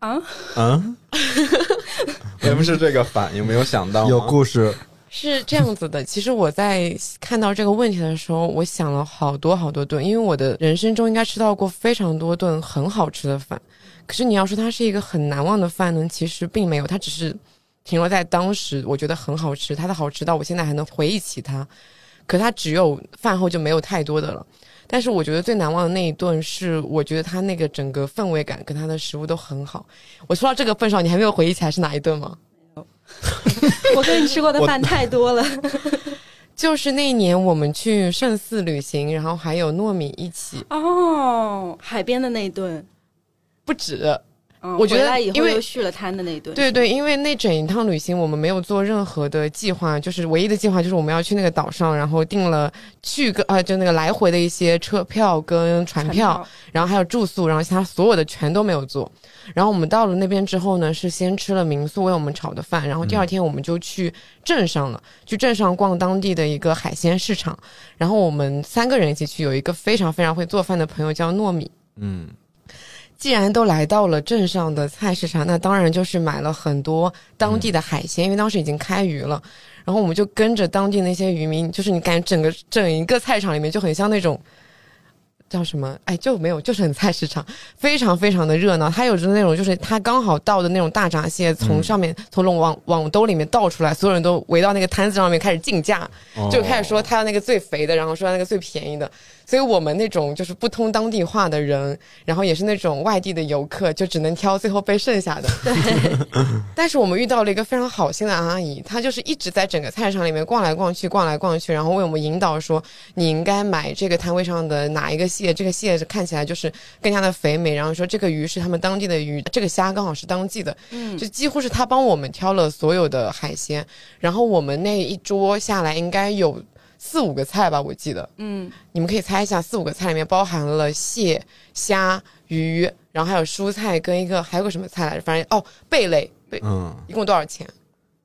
为什么是这个反应？没有想到吗？ 有故事。 是这样子的，其实我在看到这个问题的时候，我想了好多好多顿，因为我的人生中应该吃到过非常多顿很好吃的饭，可是你要说它是一个很难忘的饭呢，其实并没有，它只是停留在当时我觉得很好吃，它的好吃到我现在还能回忆起它，可它只有饭后就没有太多的了。但是我觉得最难忘的那一顿是，我觉得它那个整个氛围感跟它的食物都很好。我说到这个份上，你还没有回忆起来是哪一顿吗？ 我跟你吃过的饭太多了。 就是那一年我们去圣寺旅行，然后还有糯米一起。 哦，海边的那一顿不止。我觉得因为又续了摊的那一顿， 对对，因为那整一趟旅行我们没有做任何的计划，就是唯一的计划就是我们要去那个岛上，然后订了就那个来回的一些车票跟船票，然后还有住宿，然后其他所有的全都没有做。然后我们到了那边之后呢，是先吃了民宿为我们炒的饭，然后第二天我们就去镇上了，去镇上逛当地的一个海鲜市场。然后我们3个人一起去，有一个非常非常会做饭的朋友叫糯米。既然都来到了镇上的菜市场，那当然就是买了很多当地的海鲜，因为当时已经开渔了。然后我们就跟着当地那些渔民，就是你感觉整一个菜场里面就很像那种叫什么？就没有，就是很菜市场，非常非常的热闹。它有着那种，就是它刚好倒的那种大闸蟹，从上面从往兜里面倒出来，所有人都围到那个摊子上面开始竞价，就开始说他要那个最肥的，然后说那个最便宜的。所以我们那种就是不通当地话的人，然后也是那种外地的游客，就只能挑最后被剩下的。对。但是我们遇到了一个非常好心的阿姨，她就是一直在整个菜市场里面逛来逛去，然后为我们引导说，你应该买这个摊位上的哪一个蟹，这个蟹看起来就是更加的肥美，然后说这个鱼是他们当地的鱼，这个虾刚好是当季的。就几乎是她帮我们挑了所有的海鲜，然后我们那一桌下来应该有4-5个菜吧，我记得。你们可以猜一下，4-5个菜里面包含了蟹、虾、鱼，然后还有蔬菜跟还有个什么菜来着？反正贝类。一共多少钱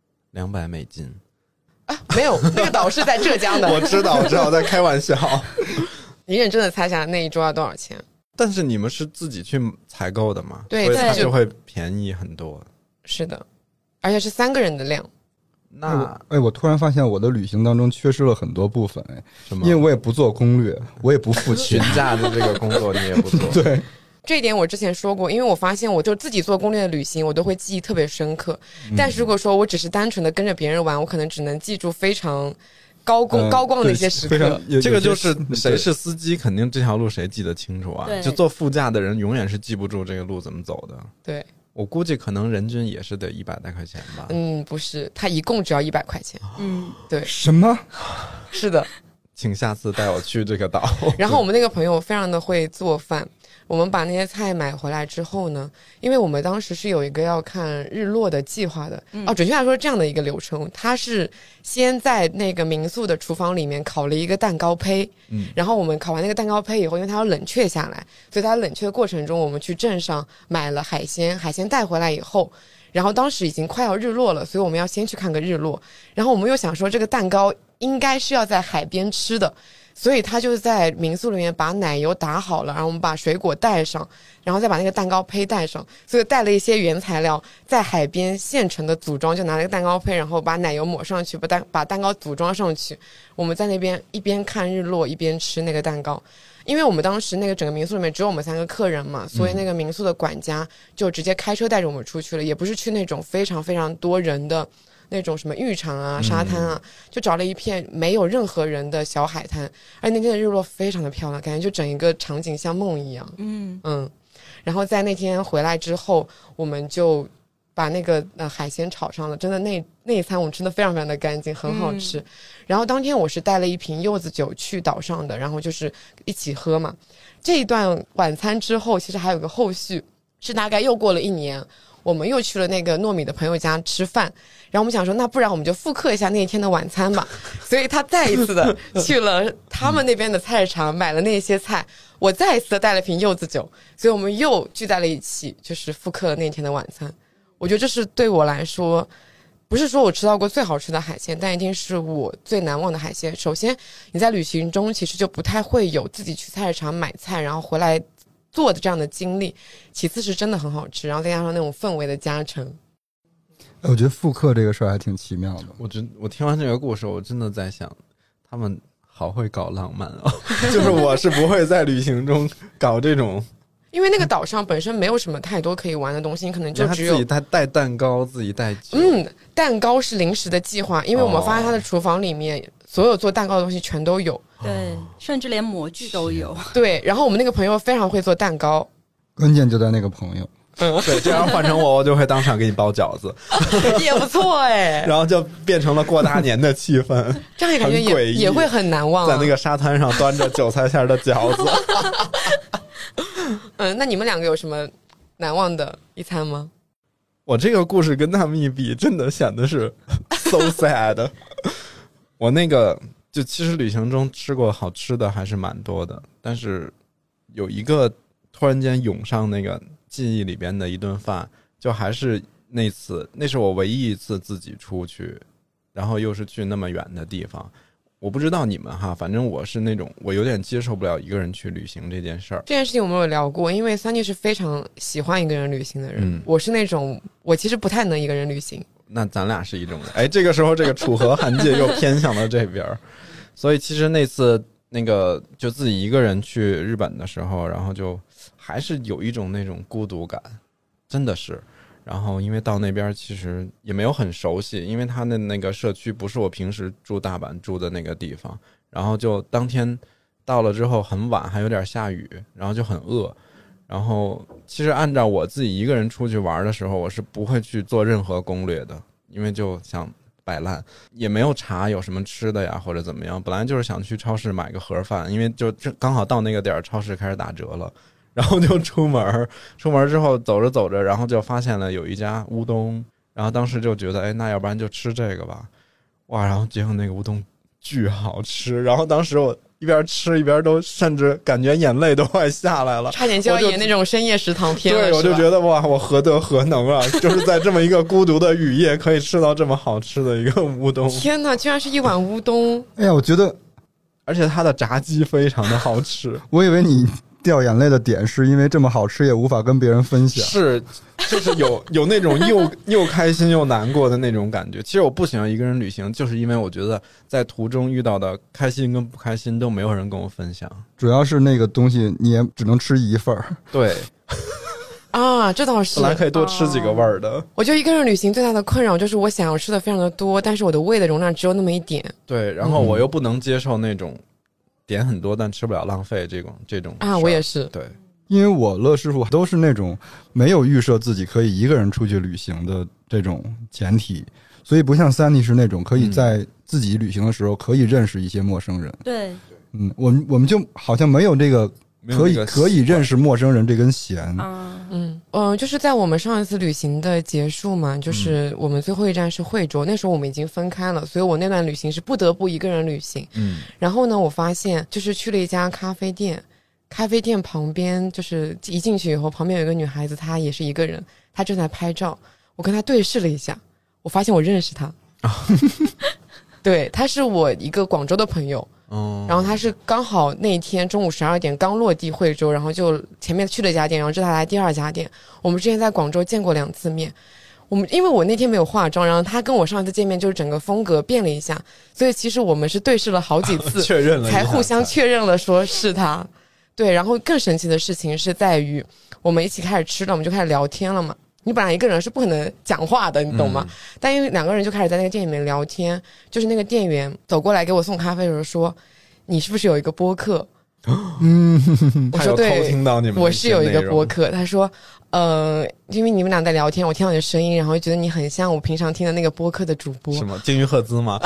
？200美金。 没有，那个岛是在浙江的。 我知道，我在开玩笑。 你认真的猜一下那一桌要多少钱？ 但是你们是自己去采购的嘛？ 对， 所以它就会便宜很多。 是的，而且是3个人的量。 我突然发现我的旅行当中缺失了很多部分，因为我也不做攻略，我也不付钱， 询价的这个工作你也不做。 对， 这一点我之前说过，因为我发现我就自己做攻略的旅行，我都会记忆特别深刻。但是如果说我只是单纯的跟着别人玩，我可能只能记住非常高光的一些时刻。 这个就是谁是司机，肯定这条路谁记得清楚啊。就坐副驾的人永远是记不住这个路怎么走的。 对。 我估计可能人均也是得100多块钱吧。 不是，他一共只要100块钱。对。 什么？ 是的。 请下次带我去这个岛。 然后我们那个朋友非常的会做饭，我们把那些菜买回来之后呢，因为我们当时是有一个要看日落的计划的。准确来说这样的一个流程，他是先在那个民宿的厨房里面烤了一个蛋糕胚。然后我们烤完那个蛋糕胚以后，因为它要冷却下来，所以它冷却的过程中，我们去镇上买了海鲜带回来以后，然后当时已经快要日落了，所以我们要先去看个日落。然后我们又想说这个蛋糕应该是要在海边吃的，所以他就在民宿里面把奶油打好了，然后我们把水果带上，然后再把那个蛋糕胚带上，所以带了一些原材料，在海边现成的组装，就拿了个蛋糕胚，然后把奶油抹上去，把蛋糕组装上去。我们在那边一边看日落一边吃那个蛋糕。因为我们当时那个整个民宿里面只有我们3个客人嘛，所以那个民宿的管家就直接开车带着我们出去了，也不是去那种非常非常多人的那种什么浴场啊、沙滩啊，就找了一片没有任何人的小海滩，而那天的日落非常的漂亮，感觉就整一个场景像梦一样。然后在那天回来之后，我们就把那个海鲜炒上了，真的那一餐我们吃的非常非常的干净，很好吃。然后当天我是带了一瓶柚子酒去岛上的，然后就是一起喝嘛。这一段晚餐之后，其实还有个后续，是大概又过了1年，我们又去了那个糯米的朋友家吃饭，然后我们想说，那不然我们就复刻一下那一天的晚餐吧。所以他再一次的去了他们那边的菜市场，买了那些菜，我再一次的带了瓶柚子酒，所以我们又聚在了一起，就是复刻了那天的晚餐。我觉得这是对我来说，不是说我吃到过最好吃的海鲜，但一定是我最难忘的海鲜。首先你在旅行中其实就不太会有自己去菜市场买菜然后回来做的这样的经历，其次是真的很好吃，然后再加上那种氛围的加成。 我觉得复刻这个事儿还挺奇妙的。 我听完这个故事，我真的在想，他们好会搞浪漫啊！就是我是不会在旅行中搞这种， 因为那个岛上本身没有什么太多可以玩的东西，你可能就只有自己带蛋糕，自己带酒。 蛋糕是临时的计划，因为我们发现他的厨房里面所有做蛋糕的东西全都有， 对，甚至连模具都有。 对，然后我们那个朋友非常会做蛋糕， 关键就在那个朋友。 对，这样换成我就会当场给你包饺子， 也不错哎。 然后就变成了过大年的气氛， 这样也感觉也会很难忘、啊。 在那个沙滩上端着韭菜馅的饺子。 那你们两个有什么难忘的一餐吗？ 我这个故事跟他们一比，真的显得是 so sad。我那个就其实旅行中吃过好吃的还是蛮多的，但是有一个突然间涌上那个记忆里边的一顿饭，就还是那是我唯一一次自己出去，然后又是去那么远的地方。我不知道你们哈，反正我是那种我有点接受不了一个人去旅行这件事儿。 这件事情我们有聊过，因为三弟是非常喜欢一个人旅行的人，我是那种我其实不太能一个人旅行。 那咱俩是一种人。哎，这个时候这个楚河汉界又偏向了这边，所以其实那次那个就自己一个人去日本的时候，然后就还是有一种那种孤独感，真的是。然后因为到那边其实也没有很熟悉，因为他的那个社区不是我平时住大阪住的那个地方，然后就当天到了之后很晚，还有点下雨，然后就很饿。然后其实按照我自己一个人出去玩的时候，我是不会去做任何攻略的，因为就想摆烂，也没有查有什么吃的呀或者怎么样，本来就是想去超市买个盒饭，因为就刚好到那个点儿超市开始打折了，然后就出门之后走着走着，然后就发现了有一家乌冬，然后当时就觉得哎，那要不然就吃这个吧。哇，然后结果那个乌冬巨好吃，然后当时我一边吃一边都甚至感觉眼泪都快下来了， 差点就要演那种深夜食堂片了。 对，我就觉得哇，我何德何能啊，就是在这么一个孤独的雨夜可以吃到这么好吃的一个乌冬。 天哪，居然是一碗乌冬。 哎呀，我觉得而且它的炸鸡非常的好吃。 我以为你掉眼泪的点是因为这么好吃也无法跟别人分享。 是，就是有那种又开心又难过的那种感觉。其实我不喜欢一个人旅行，就是因为我觉得在途中遇到的开心跟不开心都没有人跟我分享， 主要是那个东西你也只能吃一份儿。 对啊，这倒是。 本来可以多吃几个味儿的。 我觉得一个人旅行最大的困扰就是我想要吃的非常的多，但是我的胃的容量只有那么一点。 对，然后我又不能接受那种点很多但吃不了浪费这种啊，我也是。 对， 因为我乐师傅都是那种没有预设自己可以一个人出去旅行的这种前提，所以不像Sunny是那种可以在自己旅行的时候可以认识一些陌生人。 对， 我们就好像没有这个可以认识陌生人这根弦。 就是在我们上一次旅行的结束嘛，就是我们最后一站是惠州，那时候我们已经分开了，所以我那段旅行是不得不一个人旅行。然后呢，我发现就是去了一家咖啡店，咖啡店旁边就是一进去以后，旁边有一个女孩子，她也是一个人，她正在拍照。我跟她对视了一下，我发现我认识她。对，她是我一个广州的朋友。然后他是刚好那一天中午12点刚落地惠州，然后就前面去了一家店，然后这是他来第二家店。我们之前在广州见过2次面，因为我那天没有化妆，然后他跟我上一次见面就是整个风格变了一下，所以其实我们是对视了好几次确认了才互相确认了说是他。对，然后更神奇的事情是在于我们一起开始吃了，我们就开始聊天了嘛。你本来一个人是不可能讲话的，你懂吗？但因为2个人就开始在那个店里面聊天，就是那个店员走过来给我送咖啡的时候说：“你是不是有一个播客？”我说对， 偷听到你们我是有一个播客。他说：“因为你们俩在聊天，我听到你的声音，然后觉得你很像我平常听的那个播客的主播。” 什么鲸鱼赫兹吗？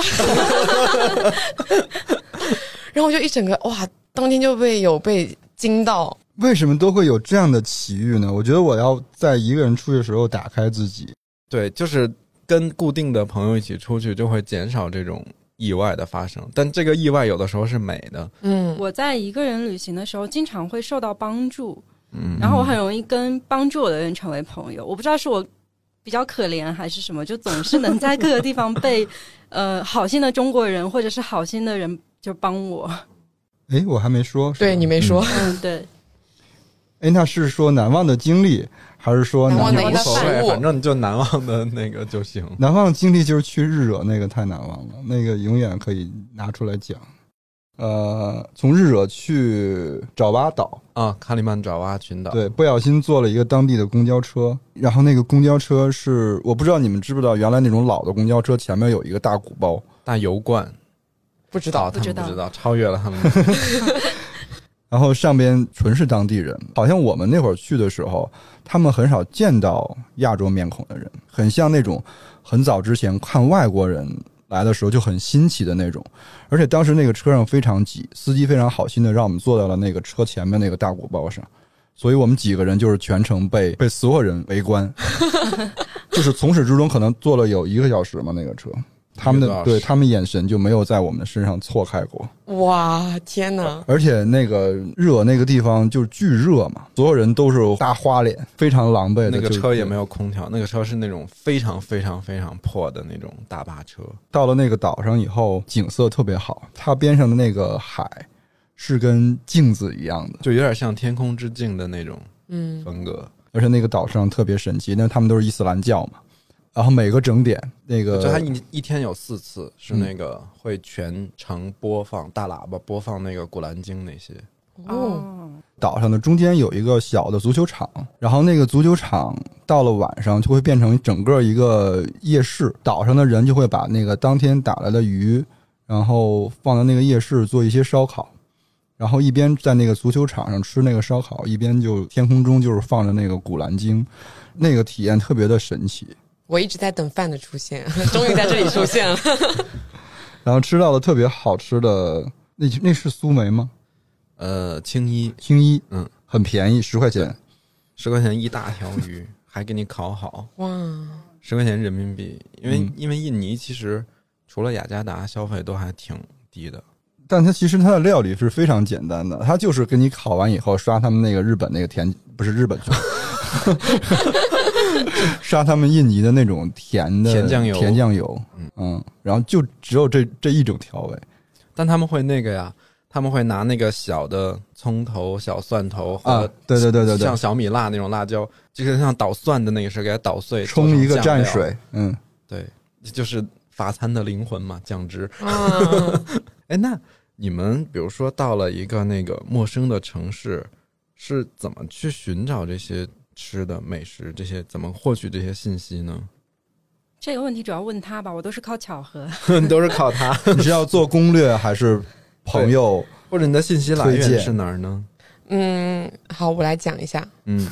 然后我就一整个哇，当天就被惊到。 为什么都会有这样的奇遇呢？我觉得我要在一个人出去的时候打开自己。 对，就是跟固定的朋友一起出去，就会减少这种意外的发生，但这个意外有的时候是美的。 我在一个人旅行的时候经常会受到帮助，然后我很容易跟帮助我的人成为朋友。我不知道是我比较可怜还是什么，就总是能在各个地方被好心的中国人或者是好心的人就帮我。 诶，我还没说。 对，你没说。 对。 那是说难忘的经历，还是说难忘的一个无所谓， 事物反正你就难忘的那个就行。 难忘的经历就是去日惹，那个太难忘了，那个永远可以拿出来讲。从日惹去爪哇岛啊，卡里曼爪哇群岛， 对，不小心坐了一个当地的公交车，然后那个公交车是我不知道你们知不知道，原来那种老的公交车前面有一个大鼓包、 大油罐， 不知道， 他们不知道，超越了他们。 然后上边纯是当地人，好像我们那会儿去的时候，他们很少见到亚洲面孔的人，很像那种很早之前看外国人来的时候就很新奇的那种。而且当时那个车上非常挤，司机非常好心的让我们坐到了那个车前面那个大鼓包上，所以我们几个人就是全程被所有人围观，就是从始至终可能坐了有1个小时嘛，那个车。他们眼神就没有在我们的身上错开过。 哇，天哪！ 而且那个热那个地方就是巨热嘛，所有人都是大花脸，非常狼狈的。 那个车也没有空调，那个车是那种非常非常非常破的那种大巴车。 到了那个岛上以后，景色特别好，它边上的那个海是跟镜子一样的， 就有点像天空之镜的那种风格。 而且那个岛上特别神奇，因为他们都是伊斯兰教嘛。然后每个整点那个， 就他一天有4次是那个会全程播放大喇叭播放那个古兰经那些。 岛上的中间有一个小的足球场，然后那个足球场到了晚上就会变成整个一个夜市，岛上的人就会把那个当天打来的鱼，然后放到那个夜市做一些烧烤，然后一边在那个足球场上吃那个烧烤，一边就天空中就是放着那个古兰经，那个体验特别的神奇。 我一直在等饭的出现，终于在这里出现了。 然后吃到了特别好吃的，那是苏梅吗？ 青衣， 很便宜，10块钱 ，10块钱一大条鱼，还给你烤好。 哇 ，10块钱人民币，因为印尼其实除了雅加达消费都还挺低的。 但其实它的料理是非常简单的，它就是给你烤完以后刷他们那个日本那个不是日本去刷他们印尼的那种甜酱油，然后就只有这一种调味。 但他们会那个呀，他们会拿那个小的葱头、小蒜头和对， 像小米辣那种辣椒，就是像捣蒜的那个是给它捣碎， 冲一个蘸水， 对，就是法餐的灵魂嘛，酱汁。那你们比如说到了一个那个陌生的城市，是怎么去寻找这些吃的美食，这些怎么获取这些信息呢？ 这个问题主要问他吧，我都是靠巧合。 你都是靠他。 你是要做攻略还是朋友或者你的信息来源是哪儿呢？ 好，我来讲一下。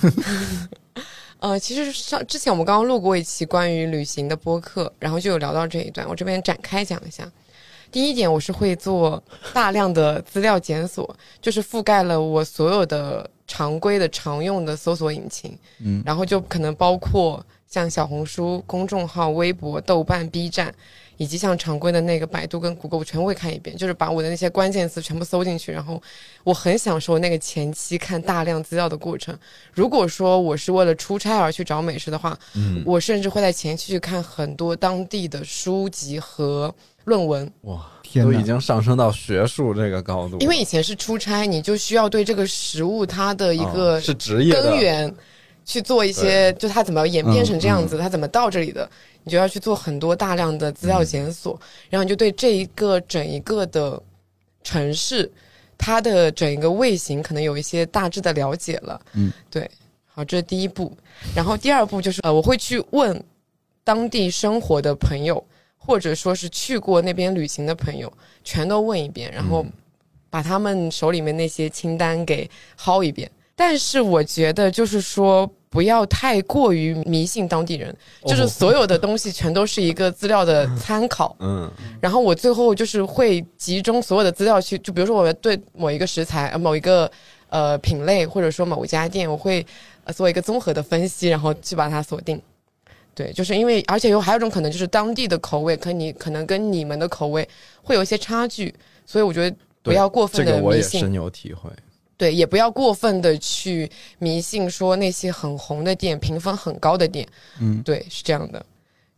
其实之前我们刚刚录过一期关于旅行的播客，然后就有聊到这一段，我这边展开讲一下。第一点，我是会做大量的资料检索，就是覆盖了我所有的常规的常用的搜索引擎，然后就可能包括像小红书、公众号、微博、豆瓣、B 站，以及像常规的那个百度跟谷歌，我全会看一遍，就是把我的那些关键词全部搜进去，然后我很享受那个前期看大量资料的过程。如果说我是为了出差而去找美食的话，我甚至会在前期去看很多当地的书籍和论文。 哇，都已经上升到学术这个高度。 因为以前是出差，你就需要对这个食物它的一个是职业根源去做一些，就它怎么演变成这样子，它怎么到这里的，你就要去做很多大量的资料检索，然后你就对这一个整一个的城市，它的整一个味型可能有一些大致的了解了。对，好，这是第一步。然后第二步就是我会去问当地生活的朋友，或者说是去过那边旅行的朋友，全都问一遍，然后把他们手里面那些清单给薅一遍。但是我觉得就是说不要太过于迷信当地人，就是所有的东西全都是一个资料的参考。然后我最后就是会集中所有的资料去，就比如说我对某一个食材、某一个品类，或者说某一家店，我会做一个综合的分析，然后去把它锁定。对，就是因为而且还有一种可能就是当地的口味可能跟你们的口味会有一些差距，所以我觉得不要过分的迷信。 这个我也深有体会。 对，也不要过分的去迷信说那些很红的店、评分很高的店。对，是这样的。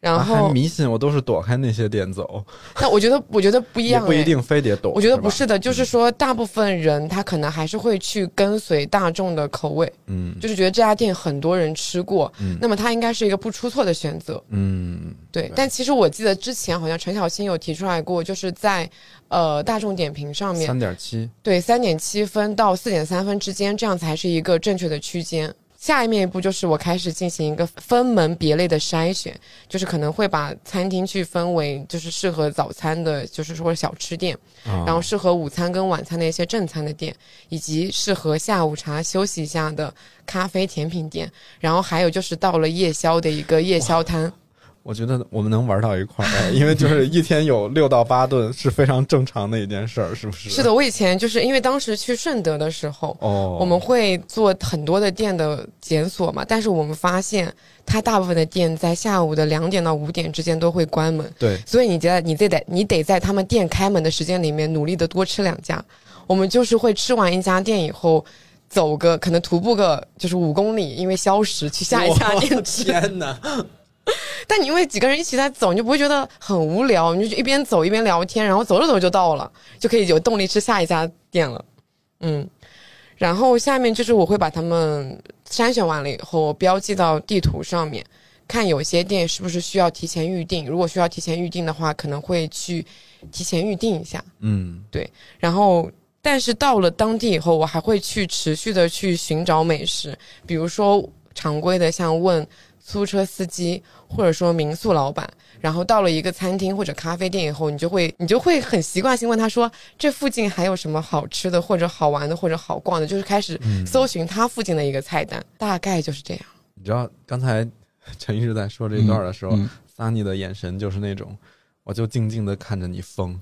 然后还迷信，我都是躲开那些店走。 但我觉得不一样， 也不一定非得躲。 我觉得不是的，就是说大部分人他可能还是会去跟随大众的口味，就是觉得这家店很多人吃过，那么它应该是一个不出错的选择，对。但其实我记得之前好像陈小青有提出来过，就是在大众点评上面 3.7， 对3.7分到4.3分之间，这样才是一个正确的区间。下面一步就是我开始进行一个分门别类的筛选，就是可能会把餐厅去分为就是适合早餐的，就是说小吃店，然后适合午餐跟晚餐的一些正餐的店，以及适合下午茶休息一下的咖啡甜品店，然后还有就是到了夜宵的一个夜宵摊。 我觉得我们能玩到一块儿，因为就是一天有6到8顿是非常正常的一件事儿，是不是？ 是的，我以前就是因为当时去顺德的时候，我们会做很多的店的检索嘛，但是我们发现它大部分的店在下午的2点到5点之间都会关门， 对， 所以你得在他们店开门的时间里面努力的多吃2家。我们就是会吃完一家店以后，走个可能徒步个就是5公里，因为消食去下一家店吃。 天哪！ 但你因为几个人一起在走，你就不会觉得很无聊，你就一边走一边聊天，然后走着走着就到了，就可以有动力吃下一家店了。然后下面就是我会把他们筛选完了以后标记到地图上面，看有些店是不是需要提前预定，如果需要提前预定的话，可能会去提前预定一下。对。然后但是到了当地以后，我还会去持续的去寻找美食，比如说常规的像问出租车司机或者说民宿老板，然后到了一个餐厅或者咖啡店以后，你就会很习惯性问他说这附近还有什么好吃的或者好玩的或者好逛的，就是开始搜寻他附近的一个菜单，大概就是这样。 你知道刚才陈医师在说这一段的时候，萨尼的眼神就是那种我就静静的看着你疯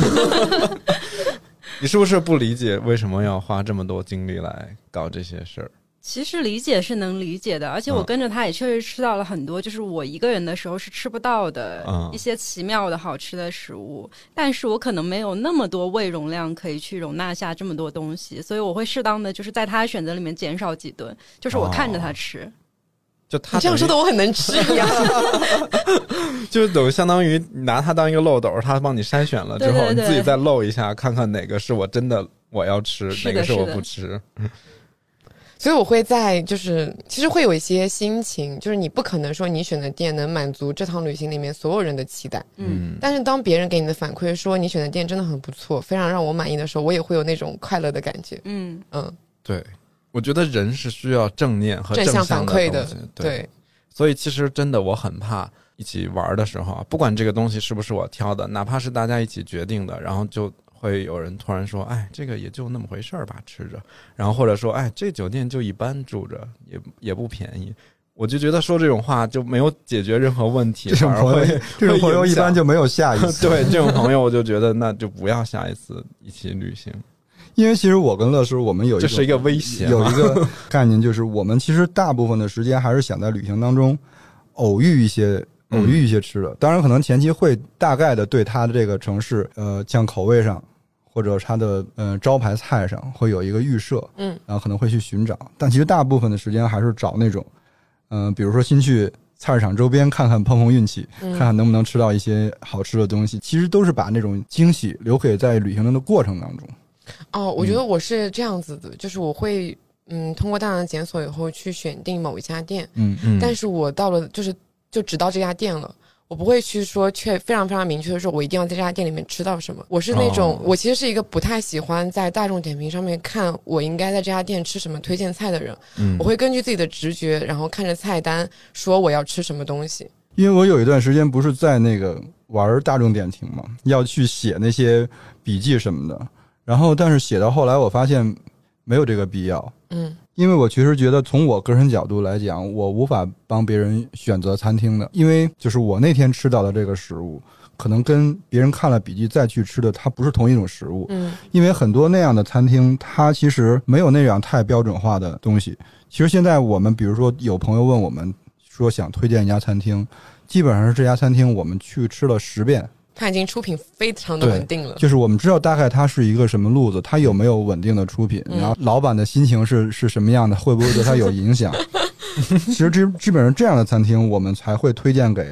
你是不是不理解为什么要花这么多精力来搞这些事儿？ 其实理解是能理解的，而且我跟着他也确实吃到了很多就是我一个人的时候是吃不到的一些奇妙的好吃的食物，但是我可能没有那么多胃容量可以去容纳下这么多东西，所以我会适当的就是在他的选择里面减少几顿，就是我看着他吃。 就他你这样说的我很能吃一样就等于相当于拿它当一个漏斗，他帮你筛选了之后， 对对对， 你自己再漏一下，看看哪个是我真的我要吃，哪个是我不吃。 所以我会在就是其实会有一些心情，就是你不可能说你选的店能满足这趟旅行里面所有人的期待，但是当别人给你的反馈说你选的店真的很不错，非常让我满意的时候，我也会有那种快乐的感觉。 对，我觉得人是需要正念和正向反馈的。 对，所以其实真的我很怕一起玩的时候啊，不管这个东西是不是我挑的，哪怕是大家一起决定的，然后就会有人突然说哎，这个也就那么回事儿吧，吃着，然后或者说哎，这酒店就一般，住着也不便宜，我就觉得说这种话就没有解决任何问题。 这种朋友一般就没有下一次对，这种朋友我就觉得那就不要下一次一起旅行。 因为其实我跟乐师我们有这是一个威胁， 有一个概念，就是我们其实大部分的时间还是想在旅行当中偶遇一些吃的，当然可能前期会大概的对它的这个城市像口味上或者它的招牌菜上会有一个预设，然后可能会去寻找，但其实大部分的时间还是找那种比如说先去菜市场周边看看碰运气，看看能不能吃到一些好吃的东西，其实都是把那种惊喜留给在旅行的过程当中。 我觉得我是这样子的，就是我会通过大量的检索以后去选定某一家店，但是我到了就只到这家店了，我不会去说却非常非常明确的说我一定要在这家店里面吃到什么。我是那种我其实是一个不太喜欢在大众点评上面看我应该在这家店吃什么推荐菜的人，我会根据自己的直觉，然后看着菜单说我要吃什么东西。 因为我有一段时间不是在那个玩大众点评嘛，要去写那些笔记什么的，然后但是写到后来我发现没有这个必要，因为我确实觉得从我个人角度来讲，我无法帮别人选择餐厅的，因为就是我那天吃到的这个食物可能跟别人看了笔记再去吃的它不是同一种食物，因为很多那样的餐厅它其实没有那样太标准化的东西。其实现在我们比如说有朋友问我们说想推荐一家餐厅，基本上是这家餐厅我们去吃了10遍， 它已经出品非常的稳定了， 就是我们知道大概它是一个什么路子，它有没有稳定的出品，然后老板的心情是什么样的，会不会对它有影响其实基本上这样的餐厅我们才会推荐给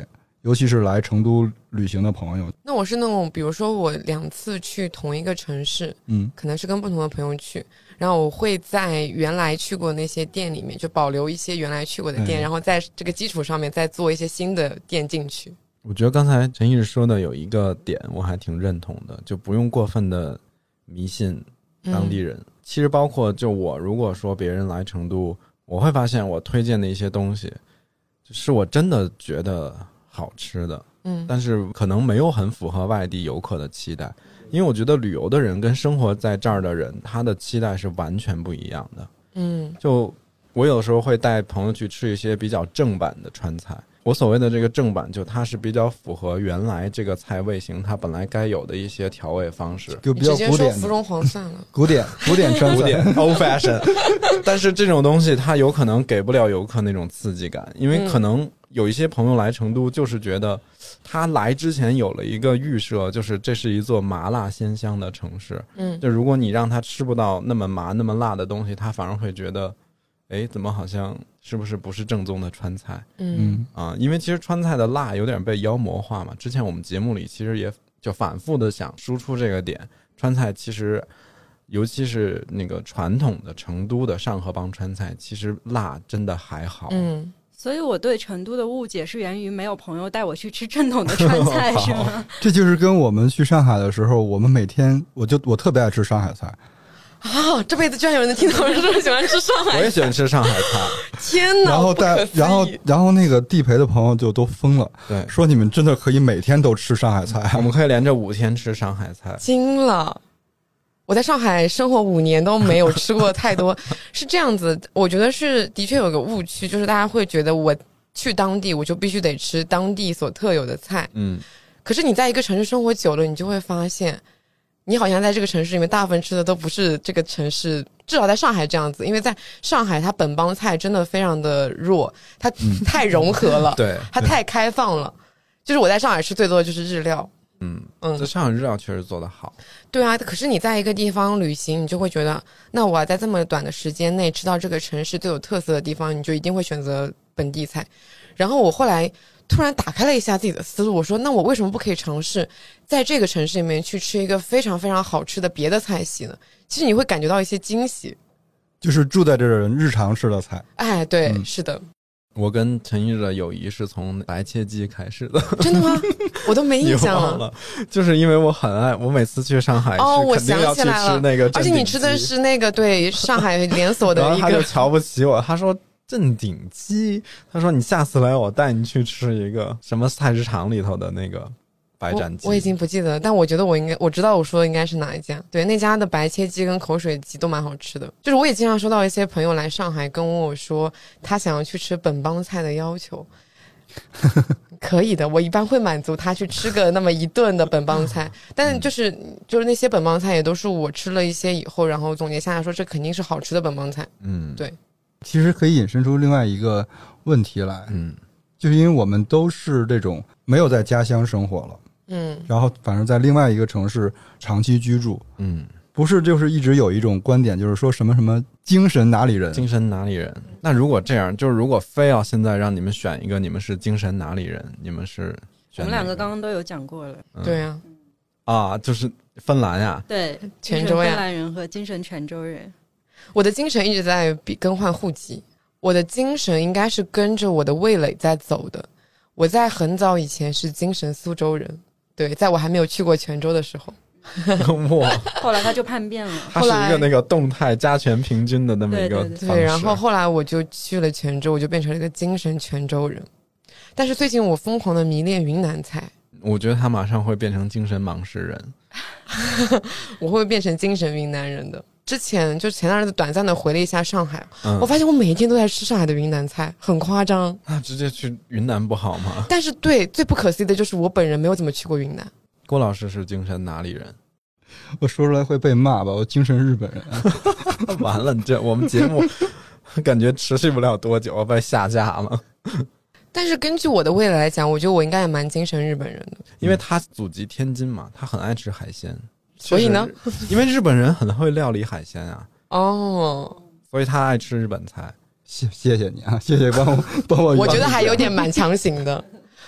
尤其是来成都旅行的朋友。 那我是那种比如说我2次去同一个城市，可能是跟不同的朋友去，然后我会在原来去过那些店里面就保留一些原来去过的店，然后在这个基础上面再做一些新的店进去。 我觉得刚才陈毅说的有一个点我还挺认同的，就不用过分的迷信当地人。其实包括就我如果说别人来成都，我会发现我推荐的一些东西是我真的觉得好吃的，但是可能没有很符合外地游客的期待，因为我觉得旅游的人跟生活在这儿的人他的期待是完全不一样的。就我有时候会带朋友去吃一些比较正版的川菜，我所谓的这个正版就它是比较符合原来这个菜味型它本来该有的一些调味方式， 就比较古典的， 你直接说芙蓉黄算了， 古典川菜 old fashion 但是这种东西它有可能给不了游客那种刺激感，因为可能有一些朋友来成都就是觉得他来之前有了一个预设，就是这是一座麻辣鲜香的城市，就如果你让他吃不到那么麻那么辣的东西，他反而会觉得怎么好像是不是正宗的川菜。因为其实川菜的辣有点被妖魔化嘛，之前我们节目里其实也就反复的想输出这个点，川菜其实尤其是那个传统的成都的上河帮川菜其实辣真的还好。 所以我对成都的误解是源于没有朋友带我去吃正统的川菜是吗？ 这就是跟我们去上海的时候，我们每天我特别爱吃上海菜啊！这辈子居然有人能听到我说喜欢吃上海菜， 我也喜欢吃上海菜。 天哪！ 然后那个地陪的朋友就都疯了， 对， 说你们真的可以每天都吃上海菜， 我们可以连着5天吃上海菜。 惊了！我在上海生活5年都没有吃过太多，是这样子。我觉得是的确有个误区，就是大家会觉得我去当地我就必须得吃当地所特有的菜。可是你在一个城市生活久了，你就会发现你好像在这个城市里面大部分吃的都不是这个城市，至少在上海这样子，因为在上海它本帮菜真的非常的弱，它太融合了对， 它太开放了。就是我在上海吃最多的就是日料。 在上海日料确实做得好。 对啊，可是你在一个地方旅行，你就会觉得那我要在这么短的时间内吃到这个城市最有特色的地方，你就一定会选择本地菜。然后我后来突然打开了一下自己的思路，我说那我为什么不可以尝试在这个城市里面去吃一个非常非常好吃的别的菜系呢？其实你会感觉到一些惊喜， 就是住在这儿的人日常吃的菜。 对，是的。 我跟陈毅的友谊是从白切鸡开始的。 真的吗？我都没印象了。 就是因为我很爱，我每次去上海是肯定要去吃那个， 而且你吃的是那个对上海连锁的一个。 然后他就瞧不起我，他说镇鼎鸡，他说你下次来我带你去吃一个什么菜市场里头的那个白斩鸡。 我已经不记得了，但我觉得我知道我说的应该是哪一家。对，那家的白切鸡跟口水鸡都蛮好吃的。就是我也经常收到一些朋友来上海跟我说他想要去吃本帮菜的要求。可以的，我一般会满足他去吃个那么一顿的本帮菜，但就是那些本帮菜也都是我吃了一些以后，然后总结下来说这肯定是好吃的本帮菜。对。 其实可以引申出另外一个问题来，就是因为我们都是这种没有在家乡生活了，然后反正在另外一个城市长期居住，不是就是一直有一种观点，就是说什么什么精神哪里人， 精神哪里人。那如果这样，就是如果非要现在让你们选一个，你们是精神哪里人，你们是选哪个？ 我们两个刚刚都有讲过了。 对啊。 就是芬兰呀。 对， 泉州呀， 芬兰人和精神泉州人。 我的精神一直在更换户籍，我的精神应该是跟着我的味蕾在走的。我在很早以前是精神苏州人，对，在我还没有去过泉州的时候。 后来他就叛变了， 他是一个那个动态加权平均的那么一个方式。 对，然后后来我就去了泉州，我就变成了一个精神泉州人。但是最近我疯狂的迷恋云南菜， 我觉得他马上会变成精神盲视人。 我会变成精神云南人的。之前就前段日子短暂的回了一下上海，我发现我每一天都在吃上海的云南菜，很夸张。 那直接去云南不好吗？ 但是对，最不可思议的就是我本人没有怎么去过云南。 郭老师是精神哪里人？ 我说出来会被骂吧，我精神日本人。 完了，这我们节目感觉持续不了多久，被下架了。 但是根据我的味蕾来讲，我觉得我应该也蛮精神日本人的， 因为他祖籍天津嘛，他很爱吃海鲜。 所以呢， 因为日本人很会料理海鲜啊。所以他爱吃日本菜。 谢谢你啊，谢谢帮我。 我觉得还有点蛮强行的。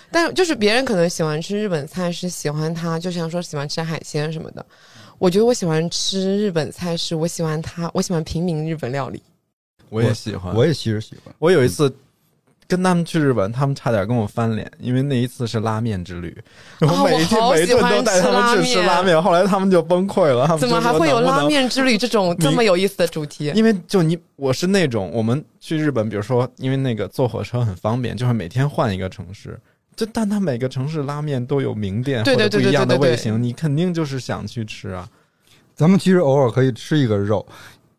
但就是别人可能喜欢吃日本菜是喜欢它，就像说喜欢吃海鲜什么的。我觉得我喜欢吃日本菜是我喜欢平民日本料理。 我也喜欢， 我也其实喜欢。 我有一次跟他们去日本，他们差点跟我翻脸，因为那一次是拉面之旅，我每一顿都带他们去吃拉面，后来他们就崩溃了。 怎么还会有拉面之旅这么有意思的主题？ 因为我是那种我们去日本，比如说因为那个坐火车很方便，就会每天换一个城市，但它每个城市拉面都有名店或者不一样的味型，你肯定就是想去吃啊。 咱们其实偶尔可以吃一个肉。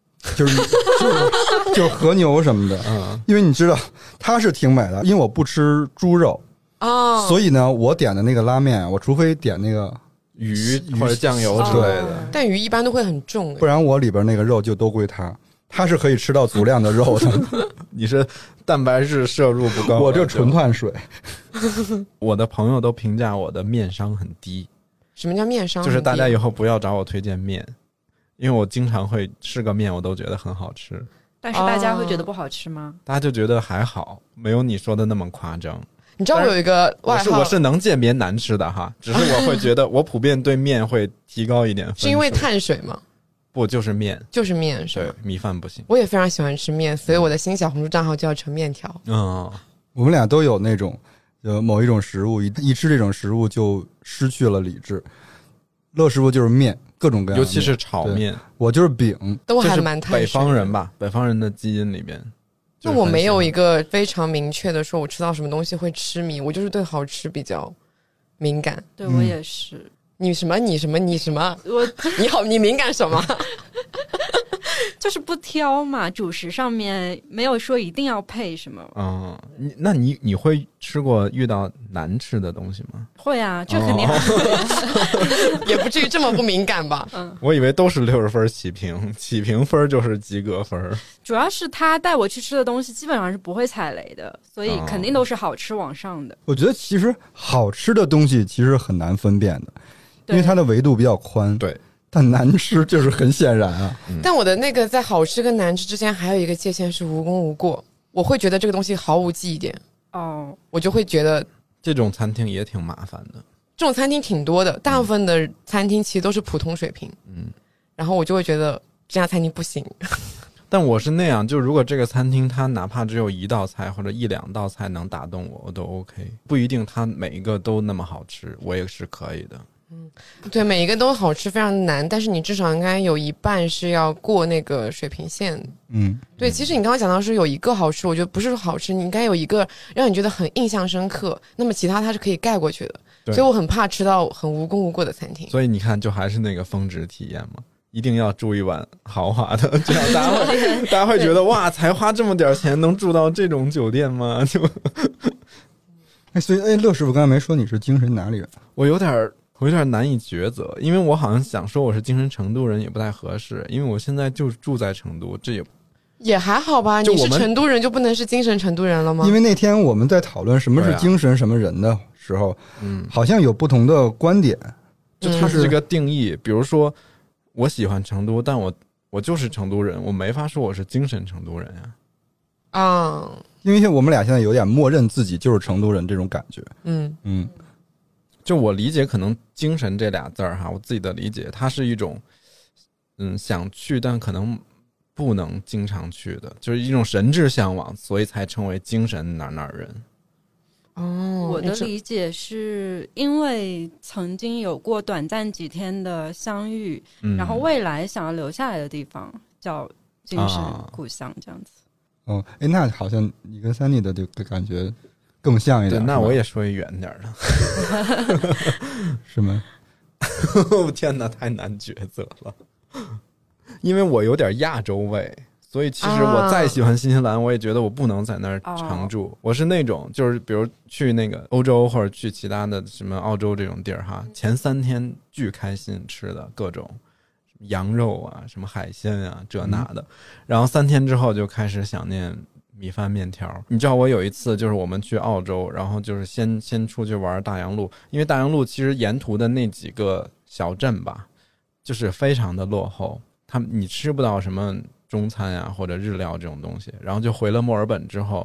就是和牛什么的，因为你知道它是挺美的，因为我不吃猪肉所以呢，我点的那个拉面，我除非点那个鱼或者酱油之类的， 但鱼一般都会很重， 不然我里边那个肉就都归它是可以吃到足量的肉的。 你是蛋白质摄入不高， 我就纯碳水。 我的朋友都评价我的面商很低。 什么叫面商很低？ 就是大家以后不要找我推荐面。因为我经常会吃个面我都觉得很好吃， 但是大家会觉得不好吃吗？ 大家就觉得还好，没有你说的那么夸张。 你知道我有一个外号， 我是能鉴别难吃的哈，只是我会觉得我普遍对面会提高一点分数。 是因为碳水吗？ 不，就是面， 就是面是吧？ 对，米饭不行。 我也非常喜欢吃面，所以我的新小红书账号叫陈面条。 我们俩都有那种某一种食物，一吃这种食物就失去了理智。乐师傅就是面，各种各样的面， 尤其是炒面。 我就是饼， 都还蛮碳水。 北方人吧，北方人的基因里边。 那我没有一个非常明确的说我吃到什么东西会痴迷，我就是对好吃比较敏感。 对，我也是。 你什么？你好，你敏感什么？ 就是不挑嘛，主食上面没有说一定要配什么。 那你会吃过遇到难吃的东西吗？ 会啊，这肯定也不至于这么不敏感吧。 我以为都是60分起评分就是及格分。 主要是他带我去吃的东西基本上是不会踩雷的，所以肯定都是好吃往上的。 我觉得其实好吃的东西其实很难分辨的，因为它的维度比较宽。 对。 但难吃就是很显然啊。 但我的那个在好吃跟难吃之间还有一个界限是无功无过，我会觉得这个东西毫无记忆点我就会觉得这种餐厅也挺麻烦的。 这种餐厅挺多的，大部分的餐厅其实都是普通水平。然后我就会觉得这家餐厅不行。 但我是那样，就如果这个餐厅它哪怕只有一道菜或者1-2道菜能打动我都 OK， 不一定它每一个都那么好吃，我也是可以的。 对，每一个都好吃非常难，但是你至少应该有一半是要过那个水平线。对，其实你刚刚讲到是有一个好吃，我觉得不是好吃，你应该有一个让你觉得很印象深刻，那么其他它是可以盖过去的。所以我很怕吃到很无功无过的餐厅。 所以你看，就还是那个峰值体验嘛，一定要住一晚豪华的，这样大家会觉得哇，才花这么点钱能住到这种酒店吗？就所以乐师傅刚才没说你是精神哪里人？ 我有点难以抉择，因为我好像想说我是精神成都人也不太合适，因为我现在就住在成都，这也还好吧。你是成都人就不能是精神成都人了吗？ 因为那天我们在讨论什么是精神什么人的时候，好像有不同的观点， 就它是这个定义。比如说我喜欢成都，但我就是成都人，我没法说我是精神成都人呀。 因为我们俩现在有点默认自己就是成都人这种感觉。 就我理解，可能精神这俩字儿哈，我自己的理解，它是一种想去但可能不能经常去的，就是一种神志向往，所以才成为精神哪人。 我的理解是因为曾经有过短暂几天的相遇，然后未来想要留下来的地方叫精神故乡这样子。 那好像你跟三妮的这个感觉更像一点。 对，那我也说一远点的。 是吗？ 天哪，太难抉择了。因为我有点亚洲味，所以其实我再喜欢新西兰，我也觉得我不能在那儿常住。我是那种就是比如去那个欧洲或者去其他的什么澳洲这种地儿哈，前3天巨开心吃的各种羊肉啊什么海鲜啊这那的，然后3天之后就开始想念米饭面条。你知道我有一次就是我们去澳洲，然后就是先出去玩大洋路，因为大洋路其实沿途的那几个小镇吧就是非常的落后，你吃不到什么中餐啊或者日料这种东西，然后就回了墨尔本之后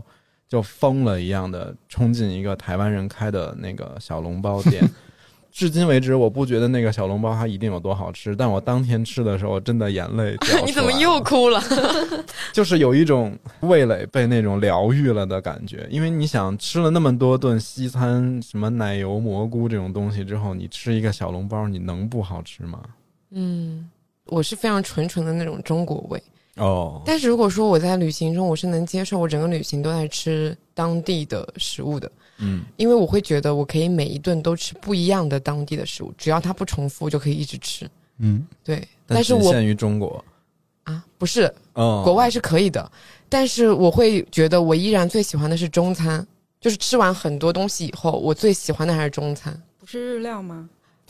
就疯了一样的冲进一个台湾人开的那个小笼包店。至今为止我不觉得那个小笼包它一定有多好吃，但我当天吃的时候真的眼泪掉出来了。 你怎么又哭了？ 就是有一种味蕾被那种疗愈了的感觉，因为你想吃了那么多顿西餐，什么奶油蘑菇这种东西之后，你吃一个小笼包，你能不好吃吗？ 我是非常纯的那种中国味哦。 但是如果说我在旅行中，我是能接受我整个旅行都在吃当地的食物的。因为我会觉得我可以每一顿都吃不一样的当地的食物，只要它不重复，我就可以一直吃。对。但是我仅限于中国啊，不是，国外是可以的，但是我会觉得我依然最喜欢的是中餐，就是吃完很多东西以后，我最喜欢的还是中餐。 不是日料吗？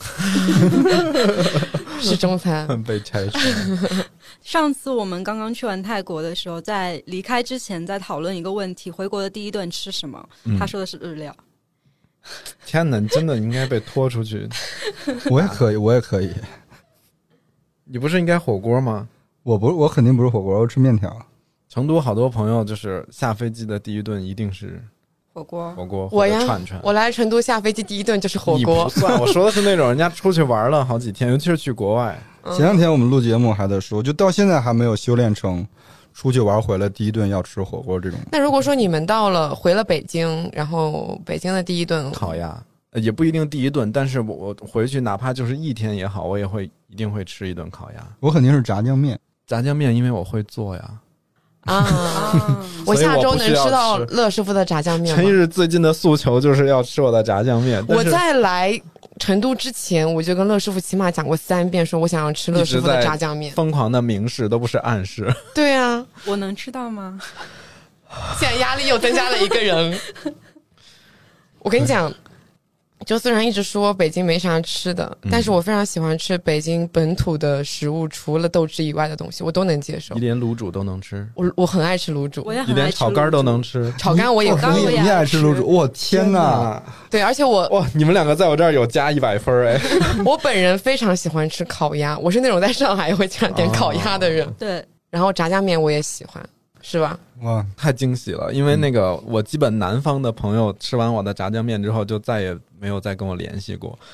是中餐。 被拆穿。 上次我们刚刚去完泰国的时候，在离开之前在讨论一个问题，回国的第一顿吃什么？他说的是日料。 天哪，你真的应该被拖出去。 我也可以。 你不是应该火锅吗？ 我肯定不是火锅，我吃面条。 成都好多朋友就是下飞机的第一顿一定是火锅我呀， 串串。 我来成都下飞机第一顿就是火锅。 你不算，我说的是那种人家出去玩了好几天，尤其是去国外。 前两天我们录节目还在说，就到现在还没有修炼成出去玩回来第一顿要吃火锅这种。 那如果说你们回了北京，然后北京的第一顿烤鸭，也不一定第一顿，但是我回去哪怕就是一天也好，我也一定会吃一顿烤鸭。 我肯定是炸酱面。 炸酱面因为我会做呀。 我下周能吃到乐师傅的炸酱面吗？ 陈一日最近的诉求就是要吃我的炸酱面。 我在来成都之前，我就跟乐师傅起码讲过3遍，说我想要吃乐师傅的炸酱面。 疯狂的明示都不是暗示。 对啊， 我能吃到吗？ 现在压力又增加了一个人。我跟你讲，就虽然一直说北京没啥吃的，但是我非常喜欢吃北京本土的食物，除了豆汁以外的东西我都能接受。 你连卤煮都能吃？ 我很爱吃卤煮。 我也很爱吃卤煮。 你连炒肝都能吃？ 炒肝我也可以。 你爱吃卤煮？我天哪！ 对，而且哇，你们两个在我这儿有加100分哎！ 我本人非常喜欢吃烤鸭，我是那种在上海会经常点烤鸭的人。 对， 然后炸酱面我也喜欢。是吧？ 哇，太惊喜了！因为那个我基本南方的朋友吃完我的炸酱面之后，就再也没有再跟我联系过。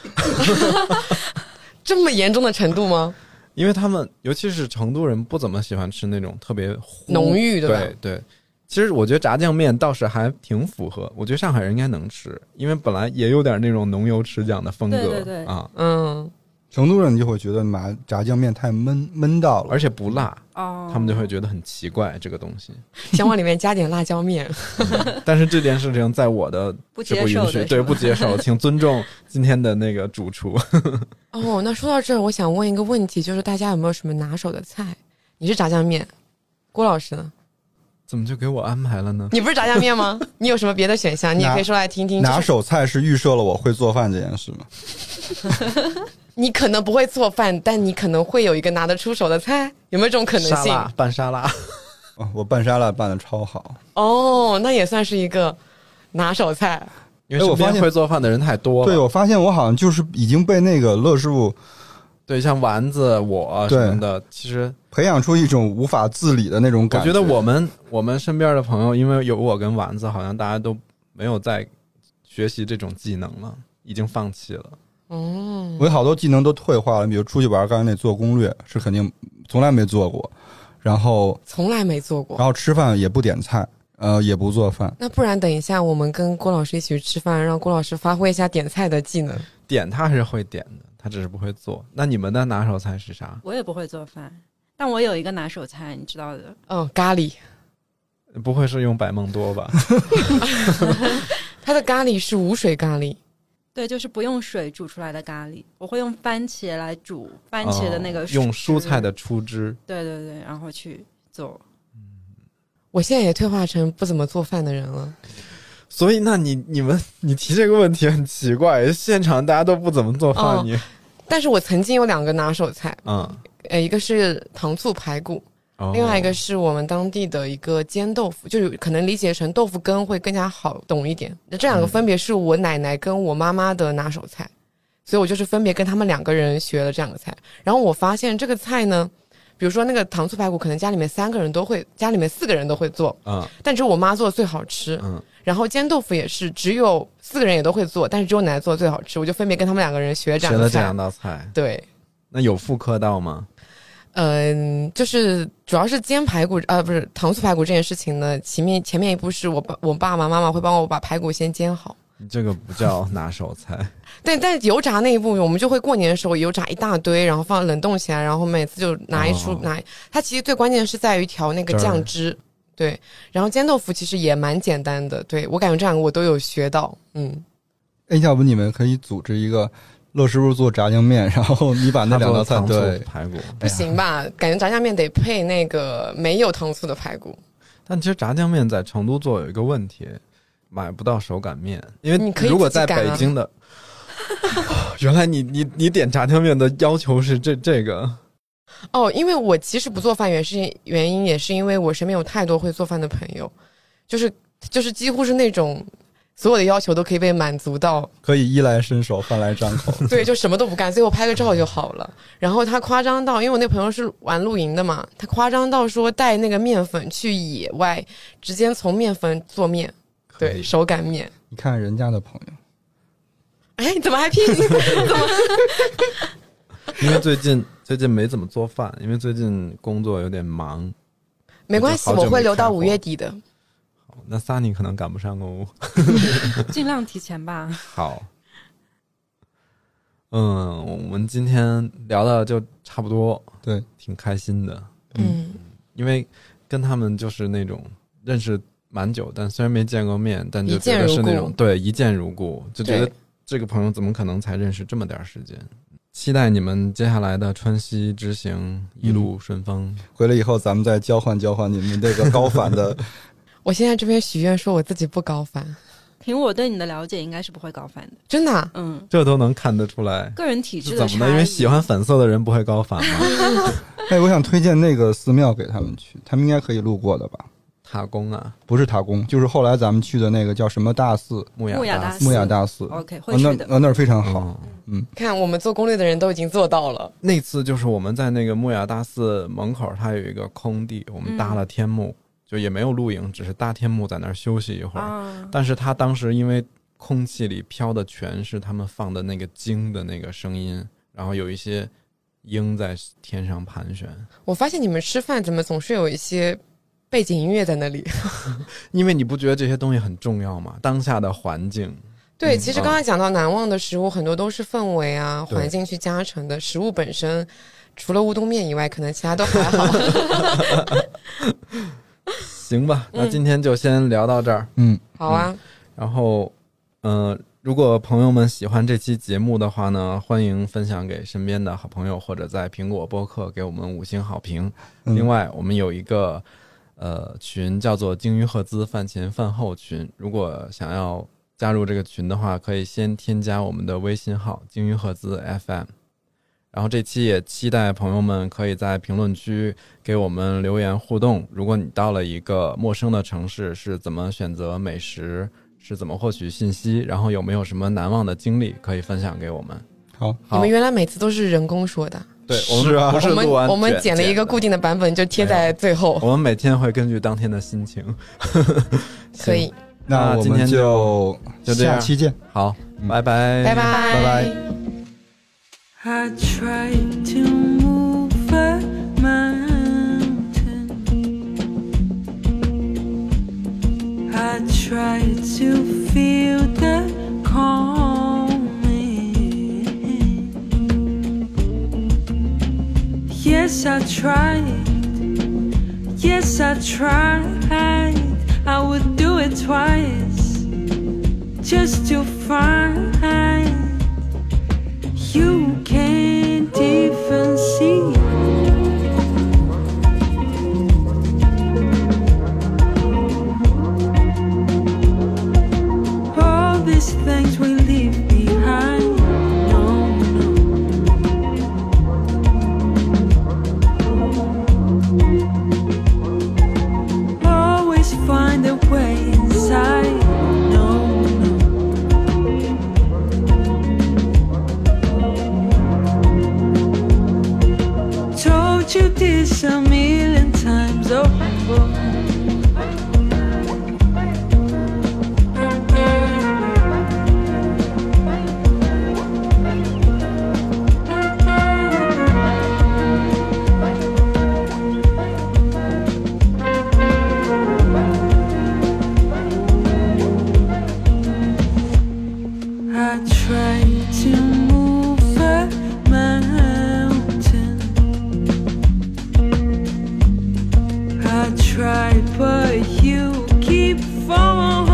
这么严重的程度吗？ 因为他们尤其是成都人不怎么喜欢吃那种特别浓郁的。 对对，其实我觉得炸酱面倒是还挺符合，我觉得上海人应该能吃，因为本来也有点那种浓油赤酱的风格。 对对对啊， 成都人就会觉得买炸酱面太闷到了， 而且不辣，他们就会觉得很奇怪这个东东西。 想往里面加点辣椒面。 但是这件事情在我的不接受的， 对，不接受，请尊重今天的那个主厨。 哦，那说到这儿，我想问一个问题，就是大家有没有什么拿手的菜？你是炸酱面，郭老师呢？ 怎么就给我安排了呢？ 你不是炸酱面吗？你有什么别的选项？你也可以说来听听。 拿手菜是预设了我会做饭这件事吗？ 你可能不会做饭，但你可能会有一个拿得出手的菜，有没有这种可能性？ 拌沙拉。 我拌沙拉拌得超好。 哦，那也算是一个拿手菜。 因为我发现会做饭的人太多了。 对，我发现我好像就是已经被那个乐师傅， 对，像丸子我什么的，其实培养出一种无法自理的那种感觉。 我觉得我们身边的朋友，因为有我跟丸子，好像大家都没有在学习这种技能了，已经放弃了。 我有好多技能都退化了，比如出去玩，刚才那做攻略是肯定从来没做过，然后从来没做过， 然后吃饭也不点菜，也不做饭。 那不然等一下我们跟郭老师一起去吃饭，让郭老师发挥一下点菜的技能。 点他是会点的，他只是不会做。那你们的拿手菜是啥？ 我也不会做饭，但我有一个拿手菜，你知道的。 咖喱。 不会是用百梦多吧？ 他的咖喱是无水咖喱。 对，就是不用水煮出来的咖喱，我会用番茄来煮番茄的那个用蔬菜的出汁。 对对对，然后去做。 我现在也退化成不怎么做饭的人了。 所以那你提这个问题很奇怪，现场大家都不怎么做饭， 但是我曾经有2个拿手菜，一个是糖醋排骨。另外一个是我们当地的一个煎豆腐，就可能理解成豆腐羹会更加好懂一点。这2个分别是我奶奶跟我妈妈的拿手菜，所以我就是分别跟他们2个人学了这2个菜。然后我发现这个菜呢， 比如说那个糖醋排骨，可能家里面4个人都会做，但只有我妈做的最好吃，然后煎豆腐也是只有4个人也都会做，但是只有奶奶做的最好吃，我就分别跟他们2个人学了这2 道菜。 对， 那有复刻到吗？ 就是主要是煎排骨，不是糖醋排骨这件事情呢，前面一步是我爸妈妈会帮我把排骨先煎好。 这个不叫拿手菜。 对，但油炸那一步我们就会过年的时候油炸一大堆，然后放冷冻起来，然后每次就拿它其实最关键是在于调那个酱汁。对，然后煎豆腐其实也蛮简单的，对，我感觉这2个我都有学到。 要不你们可以组织一个乐师傅做炸酱面，然后你把那2道菜对排骨。 不行吧？感觉炸酱面得配那个没有糖醋的排骨。 但其实炸酱面在成都做有一个问题，买不到手擀面，因为如果在北京的，原来你点炸酱面的要求是这个。 因为我其实不做饭原因也是因为我身边有太多会做饭的朋友，就是几乎是那种所有的要求都可以被满足到， 可以衣来伸手饭来张口。 对，就什么都不干，最后拍个照就好了。然后他夸张到，因为我那朋友是玩露营的嘛，他夸张到说带那个面粉去野外，直接从面粉做面，对，手擀面。 你看人家的朋友， 哎，你怎么还骗？怎么？ 因为最近没怎么做饭，因为最近工作有点忙。 没关系，我会留到5月底的。 好，那Sunny可能赶不上哦。 尽量提前吧。 好。我们今天聊的就差不多， 对， 挺开心的。因为跟他们就是那种认识蛮久，但虽然没见过面，但就觉得是那种对一见如故，就觉得这个朋友怎么可能才认识这么点时间？期待你们接下来的川西之行一路顺风。 回来以后咱们再交换交换你们这个高反的。 我现在这边许愿说我自己不高反。 凭我对你的了解，应该是不会高反的。 真的啊？ 这都能看得出来。 个人体质的差异。 怎么的？因为喜欢粉色的人不会高反吗？ 我想推荐那个寺庙给他们去，他们应该可以路过的吧？ 塔公啊？ 不是塔公，就是后来咱们去的那个叫什么大寺？ 木雅大寺。 OK， 会去的。 那儿非常好。 看我们做攻略的人都已经做到了。 那次就是我们在那个木雅大寺门口，它有一个空地，我们搭了天幕，就也没有露营，只是搭天幕在那儿休息一会儿。但是他当时因为空气里飘的全是他们放的那个经的那个声音，然后有一些鹰在天上盘旋。 我发现你们吃饭怎么总是有一些背景音乐在那里？ 因为你不觉得这些东西很重要吗？当下的环境。 对，其实刚才讲到难忘的食物，很多都是氛围啊、环境去加成的。食物本身，除了乌冬面以外，可能其他都还好。 行吧，那今天就先聊到这儿。 好啊。 然后，如果朋友们喜欢这期节目的话呢，欢迎分享给身边的好朋友，或者在苹果播客给我们5星好评。另外，我们有一个群叫做鲸鱼赫兹饭前饭后群，如果想要加入这个群的话，可以先添加我们的微信号鲸鱼赫兹 FM。然后这期也期待朋友们可以在评论区给我们留言互动，如果你到了一个陌生的城市，是怎么选择美食，是怎么获取信息，然后有没有什么难忘的经历可以分享给我们。 好， 你们原来每次都是人工说的？ 对，是啊，不是录完我们剪了一个固定的版本就贴在最后。 我们每天会根据当天的心情。 可以。 那我们就这样， 下期见。 好，拜拜， 拜拜， 拜拜。 I tried to move a mountain. I tried to feel the calming. Yes, I tried. Yes, I tried. I would do it twice just to find you can't even see. All these things we leave behind. No, no. Always find a way inside. try, but you keep falling.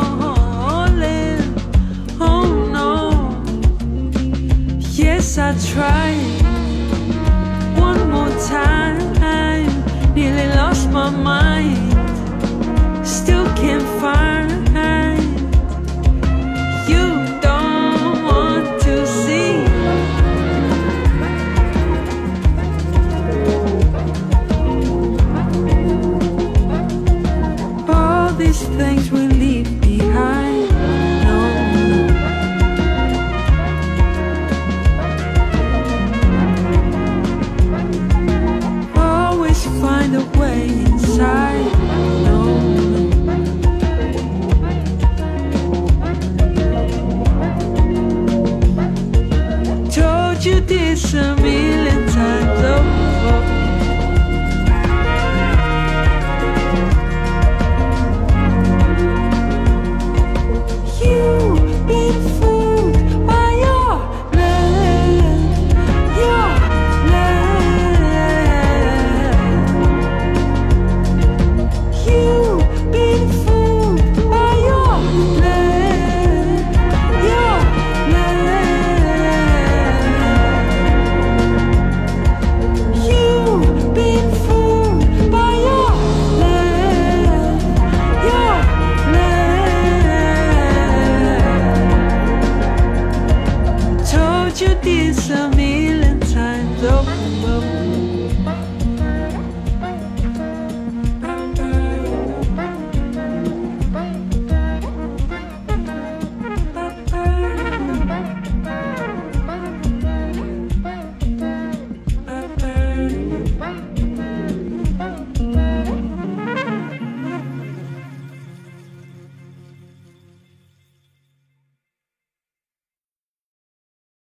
Oh no. Yes, I tried one more time. Nearly lost my mind. Still can't find. You don't want to see. All these things we leave behind. No, no. Always find a way inside. No, no. Told you this a million times over. You've been fooled by your love, your love. You've been fooled by your love, your love. You've been fooled by your love, your love. Told you this a million times over.